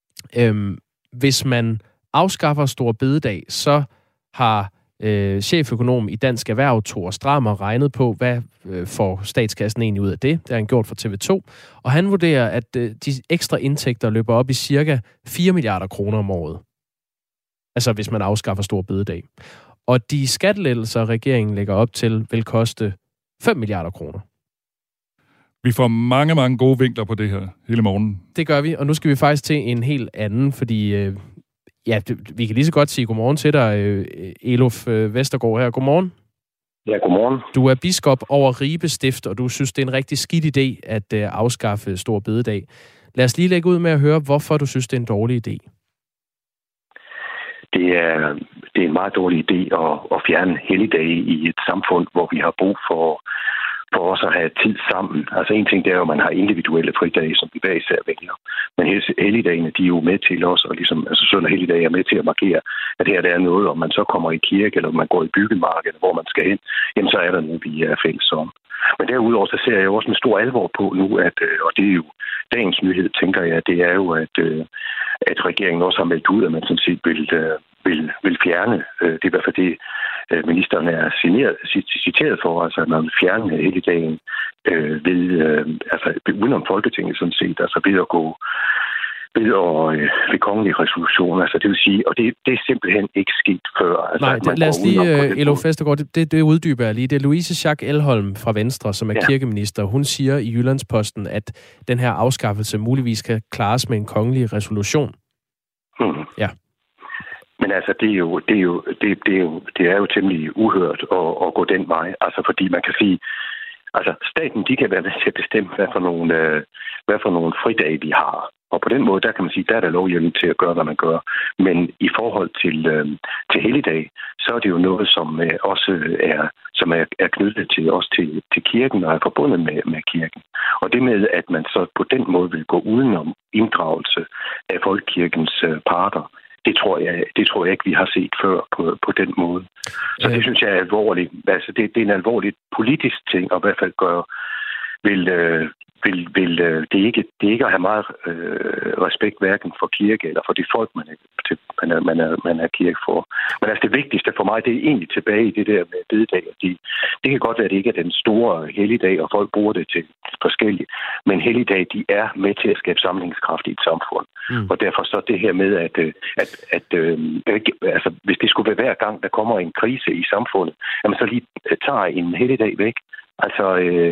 Hvis man afskaffer Store Bededag, så har cheføkonom i Dansk Erhverv, Thor Strammer, regnet på, hvad får statskassen egentlig ud af det. Det har han gjort for TV2. Og han vurderer, at de ekstra indtægter løber op i cirka 4 milliarder kroner om året. Altså hvis man afskaffer Store Bededag. Og de skattelettelser, regeringen lægger op til, vil koste 5 milliarder kroner. Vi får mange, mange gode vinkler på det her hele morgen. Det gør vi, og nu skal vi faktisk til en helt anden, fordi vi kan lige så godt sige godmorgen til dig, Elof Vestergaard her. Godmorgen. Ja, godmorgen. Du er biskop over Ribe Stift, og du synes, det er en rigtig skidt idé at afskaffe Store Bededag. Lad os lige lægge ud med at høre, hvorfor du synes, det er en dårlig idé. Det er en meget dårlig idé at fjerne helligdage i et samfund, hvor vi har brug for os at have tid sammen. Altså en ting, det er jo, at man har individuelle fridage, som vi hver især vælger. Men helligdagene, de er jo med til os, og ligesom, altså søndag og helligdage er med til at markere, at her der er noget, om man så kommer i kirke, eller om man går i byggemarked, eller hvor man skal hen, jamen så er der noget, vi er fælles om. Men derudover, så ser jeg jo også med stor alvor på nu, og det er jo dagens nyhed, tænker jeg, det er jo, at regeringen også har meldt ud, at man sådan set vil fjerne, det er i hvert fald det, ministeren er citeret for, altså at man vil fjerne helligdagen uden om Folketinget sådan set, altså ved kongelig resolution, altså det vil sige, og det er simpelthen ikke sket før. Altså, nej, lad os lige, Elof Vestergaard, det uddyber jeg lige. Det er Louise Schack Elholm fra Venstre, som er kirkeminister. Hun siger i Jyllandsposten, at den her afskaffelse muligvis kan klares med en kongelig resolution. Ja. Men altså, det er jo temmelig uhørt at gå den vej. Altså, fordi man kan sige, altså, staten, de kan være med til at bestemme, hvad for nogle fridage vi har. Og på den måde, der kan man sige, der er der lovhjemmel til at gøre, hvad man gør. Men i forhold til helligdag, så er det jo noget, som også er knyttet til os til kirken og er forbundet med kirken. Og det med, at man så på den måde vil gå udenom inddragelse af folkekirkens parter, det tror jeg ikke, vi har set før på den måde. Så det synes jeg er alvorligt. Altså, det er en alvorlig politisk ting, og i hvert fald vil det ikke at have meget respekt hverken for kirke eller for de folk, man er kirke for. Men altså det vigtigste for mig, det er egentlig tilbage i det der med bededag. Det kan godt være, at det ikke er den store helligdag, og folk bruger det til forskellige. Men helligdag, de er med til at skabe sammenhængskraft i et samfund. Og derfor så det her med, altså, hvis det skulle være hver gang, der kommer en krise i samfundet, at man så lige tager en helligdag væk. Altså,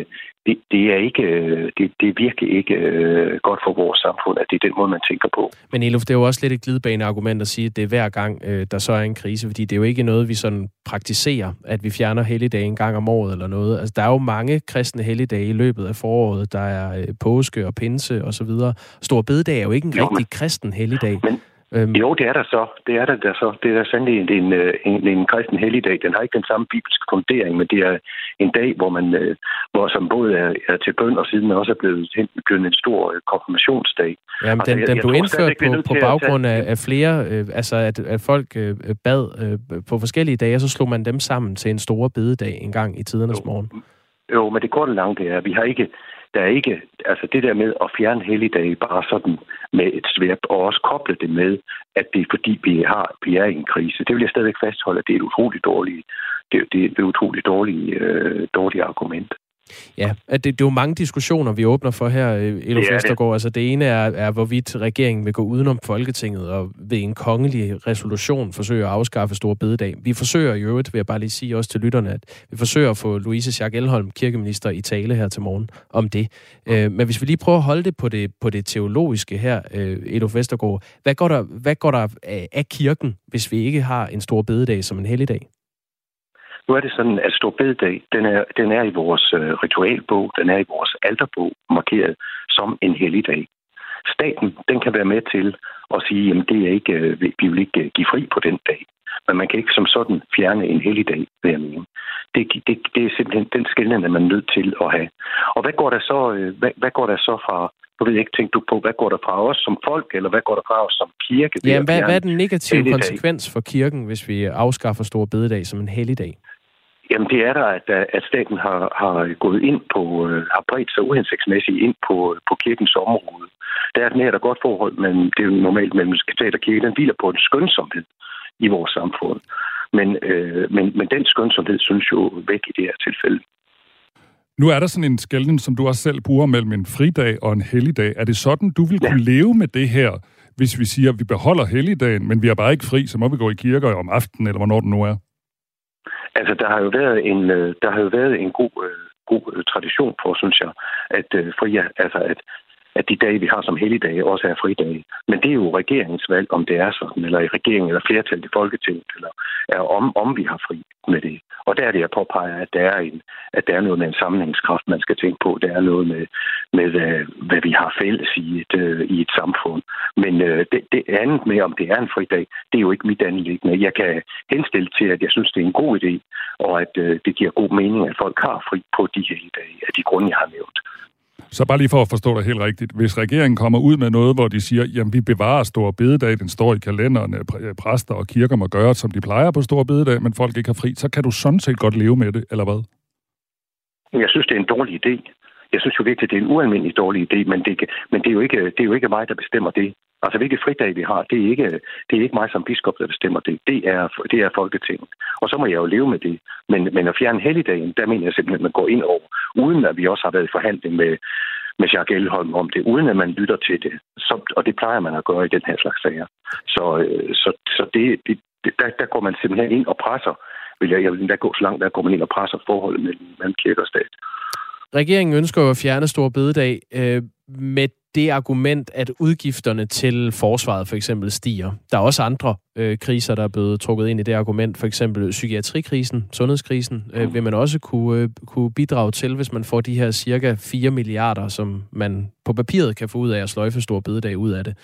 det er virkelig ikke godt for vores samfund, at det er den måde, man tænker på. Men Elof, det er jo også lidt et glidebane-argument at sige, at det er hver gang, der så er en krise, fordi det er jo ikke noget, vi sådan praktiserer, at vi fjerner helligdage en gang om året eller noget. Altså, der er jo mange kristne helligdage i løbet af foråret. Der er påske og pinse og så videre. Store bededag er jo ikke en rigtig kristen helligdag. Jo, det er der så. Det er der så. Det er sandelig en kristen helligdag. Den har ikke den samme bibelske fundering, men det er en dag, hvor som både er til bøn og siden også er blevet en stor konfirmationsdag. Jamen, altså, den blev indført på baggrund af flere, at folk bad på forskellige dage, og så slog man dem sammen til en stor bededag en gang i tidernes morgen. Jo, men det korte og lange, det er, vi har ikke... Der er ikke, altså det der med at fjerne helligdage bare sådan med et svært, og også koble det med, at det er fordi vi er i en krise. Det vil jeg stadigvæk fastholde, at det er et utroligt dårligt argument. Ja, det er jo mange diskussioner, vi åbner for her, Elof Vestergaard. Altså det ene er, hvorvidt regeringen vil gå udenom Folketinget og ved en kongelig resolution forsøge at afskaffe store bededag. Vi forsøger i øvrigt, vil jeg bare lige sige også til lytterne, at vi forsøger at få Louise Schack Elholm, kirkeminister, i tale her til morgen om det. Men hvis vi lige prøver at holde det på det teologiske her, Elof Vestergaard, hvad går der af kirken, hvis vi ikke har en stor bededag som en helligdag? Nu er det sådan, at stor bededag, den er i vores ritualbog, den er i vores alterbog markeret som en helligdag. Staten, den kan være med til at sige, jamen det er ikke, vi vil ikke give fri på den dag. Men man kan ikke som sådan fjerne en helligdag, vil jeg mene. Det er simpelthen den skelnen, man er nødt til at have. Og hvad går der så fra, jeg ved ikke, tænker du på, hvad går der fra os som folk, eller hvad går der fra os som kirke? Ja, hvad er den negative konsekvens for kirken, hvis vi afskaffer store bededag som en helligdag? Jamen det er der, at staten har gået ind på, har bredt sig uhensigtsmæssigt ind på kirkens område. Der er et nært og godt forhold, men det er jo normalt mellem stat og kirke. Den hviler på en skønsomhed i vores samfund. Men den skønsomhed synes jo væk i det her tilfælde. Nu er der sådan en skelnen, som du også selv bruger mellem en fridag og en helligdag. Er det sådan, du vil kunne leve med det her, hvis vi siger, at vi beholder helligdagen, men vi er bare ikke fri, så må vi gå i kirker om aftenen, eller hvornår det nu er? Altså, der har jo været en god tradition for, synes jeg, at de dage, vi har som helligdage, også er fridage. Men det er jo regeringens valg, om det er sådan, eller i regeringen, eller flertallet i Folketinget, eller om vi har fri med det. Og der er det, jeg påpeger, at der er noget med en sammenhængskraft, man skal tænke på. Der er noget med hvad vi har fælles i et samfund. Men det andet med, om det er en fridag, det er jo ikke mit anliggende. Jeg kan henstille til, at jeg synes, det er en god idé, og at det giver god mening, at folk har fri på de helligdage, af de grunde, jeg har nævnt. Så bare lige for at forstå dig helt rigtigt. Hvis regeringen kommer ud med noget, hvor de siger, jamen vi bevarer store bededag, den står i kalenderen, præster og kirker må gøre, som de plejer på store bededag, men folk ikke har fri, så kan du sådan set godt leve med det, eller hvad? Jeg synes, det er en dårlig idé. Jeg synes jo virkelig, det er en ualmindelig dårlig idé, men det er jo ikke mig, der bestemmer det. Altså, hvilke fridag vi har, det er ikke mig som biskop, der bestemmer det. Det er Folketinget. Og så må jeg jo leve med det. Men at fjerne helligdagen, der mener jeg simpelthen, at man går ind over, uden at vi også har været i forhandling med Schack Elholm om det, uden at man lytter til det. Og det plejer man at gøre i den her slags sager. Så der går man simpelthen ind og presser. Jeg vil endda gå så langt, der går man ind og presser forholdet mellem kirke og stat. Regeringen ønsker jo at fjerne store bededag med det argument, at udgifterne til forsvaret for eksempel stiger. Der er også andre kriser, der er blevet trukket ind i det argument. For eksempel psykiatrikrisen, sundhedskrisen, vil man også kunne bidrage til, hvis man får de her cirka 4 milliarder, som man på papiret kan få ud af at sløjfe store bededag ud af det.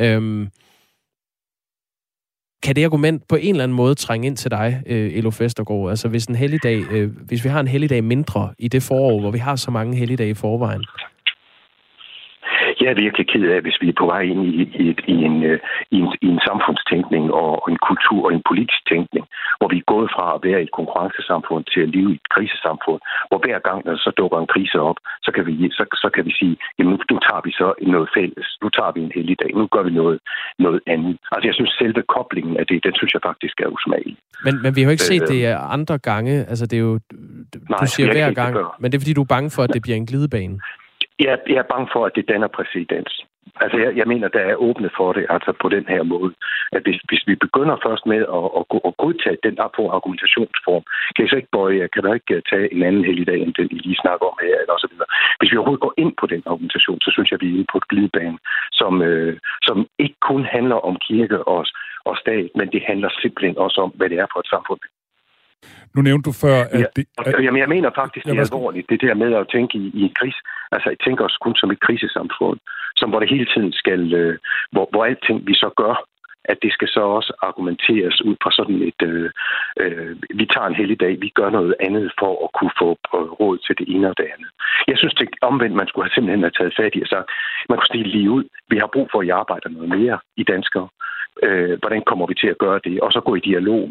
Kan det argument på en eller anden måde trænge ind til dig, Elof Vestergaard? Altså hvis vi har en helligdag mindre i det forår, hvor vi har så mange helligdage i forvejen? Jeg er virkelig ked af, hvis vi er på vej ind i en samfundstænkning og en kultur og en politisk tænkning, hvor vi er gået fra at være et konkurrencesamfund til at leve i et krisesamfund, hvor hver gang der så dukker en krise op, så kan vi sige, jamen nu tager vi så noget fælles, nu tager vi en helligdag, nu gør vi noget andet. Altså jeg synes selve koblingen af det, den synes jeg faktisk er usmagelig. Men vi har jo ikke set det andre gange, altså det er jo, du siger hver gang, men det er fordi du er bange for, at det bliver en glidebane. Jeg er bange for, at det danner præcedens. Altså, jeg mener, der er åbnet for det, altså på den her måde. At hvis vi begynder først med at godtage den argumentationsform, kan jeg ikke tage en anden helligdag, end den, I lige snakker om her, eller så videre. Hvis vi overhovedet går ind på den argumentation, så synes jeg, vi er inde på et glidebane, som ikke kun handler om kirke og stat, men det handler simpelthen også om, hvad det er for et samfund. Nu nævnte du før, at Jamen, jeg mener faktisk, det er alvorligt, det der med at tænke i en krise. Altså, jeg tænker os kun som et krisesamfund, hvor det hele tiden skal, hvor alting vi så gør, at det skal så også argumenteres ud fra sådan et, vi tager en helligdag, vi gør noget andet for at kunne få råd til det ene og det andet. Jeg synes, det omvendt, man skulle have simpelthen have taget fat i og sagt, man kunne stille lige ud. Vi har brug for, at I arbejder noget mere i danskere. Hvordan kommer vi til at gøre det? Og så gå i dialog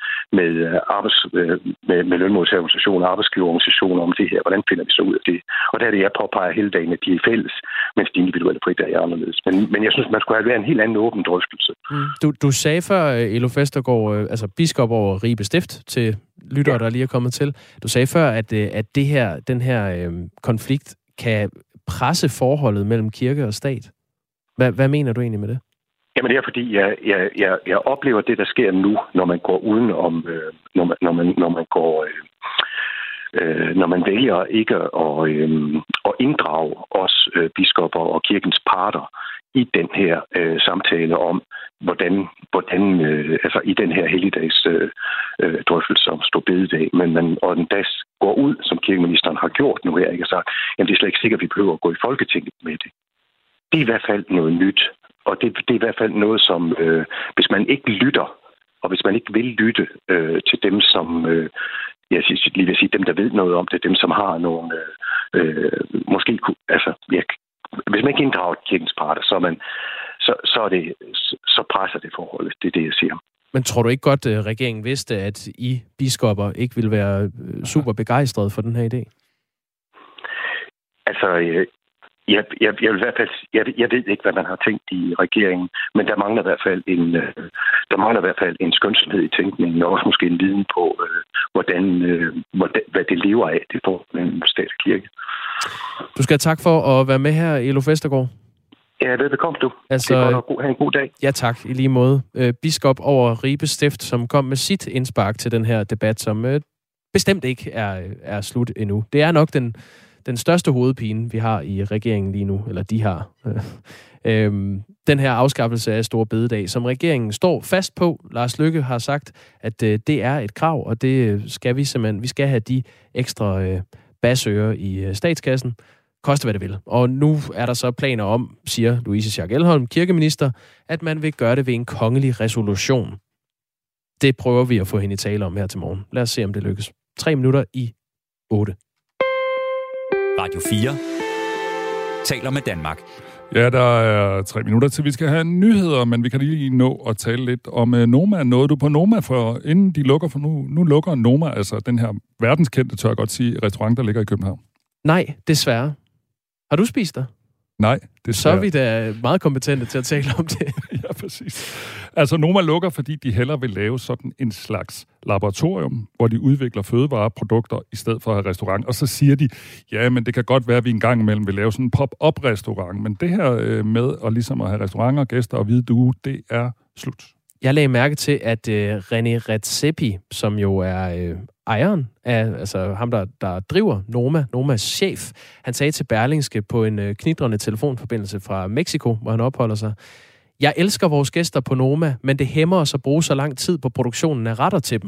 med lønmodtagerorganisationer og arbejdsgiverorganisationer om det her. Hvordan finder vi så ud af det? Og der er det, jeg påpeger hele dagen, at de er fælles, mens de individuelle fridage er anderledes. Men jeg synes, man skulle have været en helt anden åben drøftelse. Du sagde før, Elo Vestergaard, altså biskop over Ribe Stift, til lyttere, der lige er kommet til. Du sagde før, at den her konflikt kan presse forholdet mellem kirke og stat. Hvad mener du egentlig med det? Jamen det er fordi, jeg oplever det, der sker nu, når man går udenom, når man vælger ikke at inddrage os biskopper og kirkens parter i den her samtale om, hvordan altså i den her helligdags drøftelse om store bededag, men og den dag går ud, som kirkeministeren har gjort nu her, ikke, og sagt, jamen det er slet ikke sikkert, at vi behøver at gå i Folketinget med det. Det er i hvert fald noget nyt. Og det er i hvert fald noget, som hvis man ikke lytter, og hvis man ikke vil lytte til dem, som lige vil sige, dem, der ved noget om det, dem, som har nogle måske hvis man ikke inddrager kirkens parter, så presser det forholdet. Det er det, jeg siger. Men tror du ikke godt, at regeringen vidste, at I biskopper ikke ville være super begejstrede for den her idé? Altså, jeg vil i hvert fald, jeg ved ikke, hvad man har tænkt i regeringen, men der mangler i hvert fald en skønsomhed i tænkningen, og også måske en viden på, hvad det lever af, det får en stat og kirke. Du skal have tak for at være med her, Elo Vestergaard. Ja, velbekomme du. Altså, det er godt at have en god dag. Ja, tak. I lige måde. Biskop over Ribe Stift, som kom med sit indspark til den her debat, som bestemt ikke er slut endnu. Det er nok den største hovedpine, vi har i regeringen lige nu, eller de har. Den her afskaffelse af store bededag, som regeringen står fast på. Lars Løkke har sagt, at det er et krav, og det skal vi simpelthen. Vi skal have de ekstra basører i statskassen. Koste hvad det vil. Og nu er der så planer om, siger Louise Schack Elholm, kirkeminister, at man vil gøre det ved en kongelig resolution. Det prøver vi at få hende i tale om her til morgen. Lad os se, om det lykkes. 3 minutter i 8. Radio 4 taler med Danmark. Ja, der er 3 minutter til, vi skal have nyheder, men vi kan lige nå at tale lidt om Noma. Nåede du på Noma, for inden de lukker, for nu lukker Noma, altså den her verdenskendte, tør jeg godt sige, restaurant, der ligger i København. Nej, desværre. Har du spist der? Nej, desværre. Så er vi da meget kompetente til at tale om det. Ja, præcis. Altså, Noma lukker, fordi de hellere vil lave sådan en slags laboratorium, hvor de udvikler fødevareprodukter i stedet for at have restaurant. Og så siger de, ja, men det kan godt være, at vi en gang imellem vil lave sådan en pop-up-restaurant. Men det her med at ligesom at have restauranter, gæster og hvide due, det er slut. Jeg lagde mærke til, at René Redzepi, som jo er ejeren af, altså ham, der driver Nomas chef, han sagde til Berlingske på en knitrende telefonforbindelse fra Mexico, hvor han opholder sig, jeg elsker vores gæster på Noma, men det hæmmer os at bruge så lang tid på produktionen af retter til dem.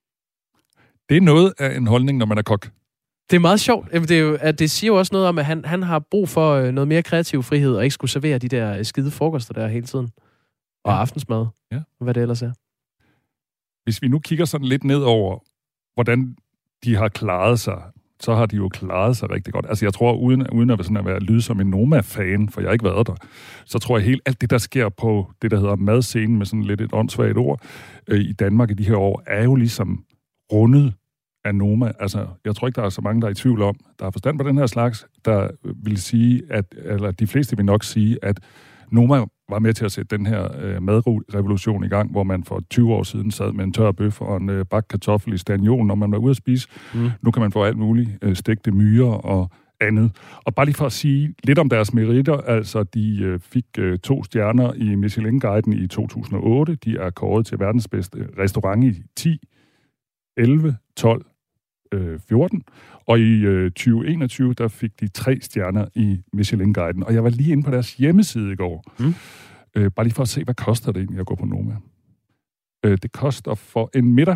Det er noget af en holdning, når man er kok. Det er meget sjovt. Det siger jo også noget om, at han har brug for noget mere kreativ frihed, og ikke skulle servere de der skide frokoster der hele tiden. Og aftensmad. Ja. Hvad det ellers er. Hvis vi nu kigger sådan lidt ned over, hvordan de har klaret sig, så har de jo klaret sig rigtig godt. Altså jeg tror, uden at være lyde som en Noma-fan, for jeg har ikke været der, så tror jeg helt, alt det, der sker på det, der hedder madscenen, med sådan lidt et åndssvagt ord, i Danmark i de her år, er jo ligesom rundet af Noma. Altså, jeg tror ikke, der er så mange, der er i tvivl om, der har forstand på den her slags, der vil sige, eller de fleste vil nok sige, at Noma var med til at sætte den her madrevolution i gang, hvor man for 20 år siden sad med en tør bøf og en bakke kartoffel i stagnon, når man var ude at spise. Nu kan man få alt muligt, stegte myrer og andet. Og bare lige for at sige lidt om deres meritter, altså de fik 2 stjerner i Michelin-guiden i 2008. De er kåret til verdens bedste restaurant i 10, 11, 12, 14. Og i 2021, der fik de 3 stjerner i Michelin-guiden. Og jeg var lige inde på deres hjemmeside i går. Bare lige for at se, hvad koster det egentlig at gå på Noma. Det koster for en middag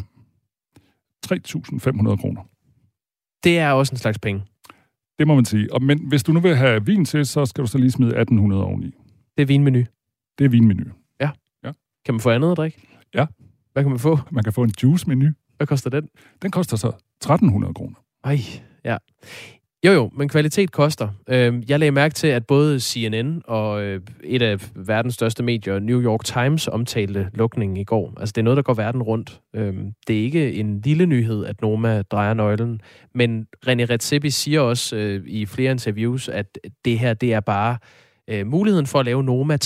3.500 kroner. Det er også en slags penge. Det må man sige. Men hvis du nu vil have vin til, så skal du så lige smide 1.800 oveni. Det er vinmenu. Det er vinmenu. Ja. Kan man få andet at drikke? Ja. Hvad kan man få? Man kan få en juice-menu. Hvad koster den? Den koster så 1.300 kroner. Ej, ja. Jo, men kvalitet koster. Jeg lagde mærke til, at både CNN og et af verdens største medier, New York Times, omtalte lukningen i går. Altså, det er noget, der går verden rundt. Det er ikke en lille nyhed, at Noma drejer nøglen. Men René Redzepi siger også i flere interviews, at det her, det er bare muligheden for at lave Noma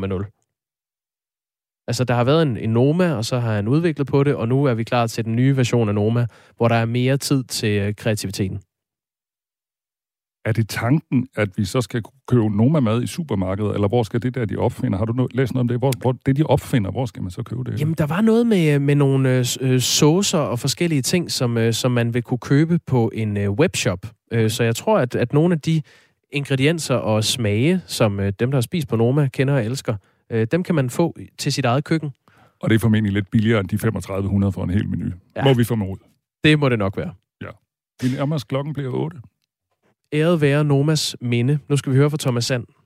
3.0. Altså, der har været en Noma, og så har han udviklet på det, og nu er vi klar til den nye version af Noma, hvor der er mere tid til kreativiteten. Er det tanken, at vi så skal købe Noma-mad i supermarkedet, eller hvor skal det der, de opfinder? Har du læst noget om det? Hvor det, de opfinder, hvor skal man så købe det? Jamen, der var noget med nogle saucer og forskellige ting, som man vil kunne købe på en webshop. Så jeg tror, at nogle af de ingredienser og smage, som dem, der har spist på Noma, kender og elsker, dem kan man få til sit eget køkken. Og det er formentlig lidt billigere end de 3.500 for en hel menu. Ja. Må vi formode. Det må det nok være. Ja. Det er nærmest klokken bliver 8. Æret være Nomas minde. Nu skal vi høre fra Thomas Sand.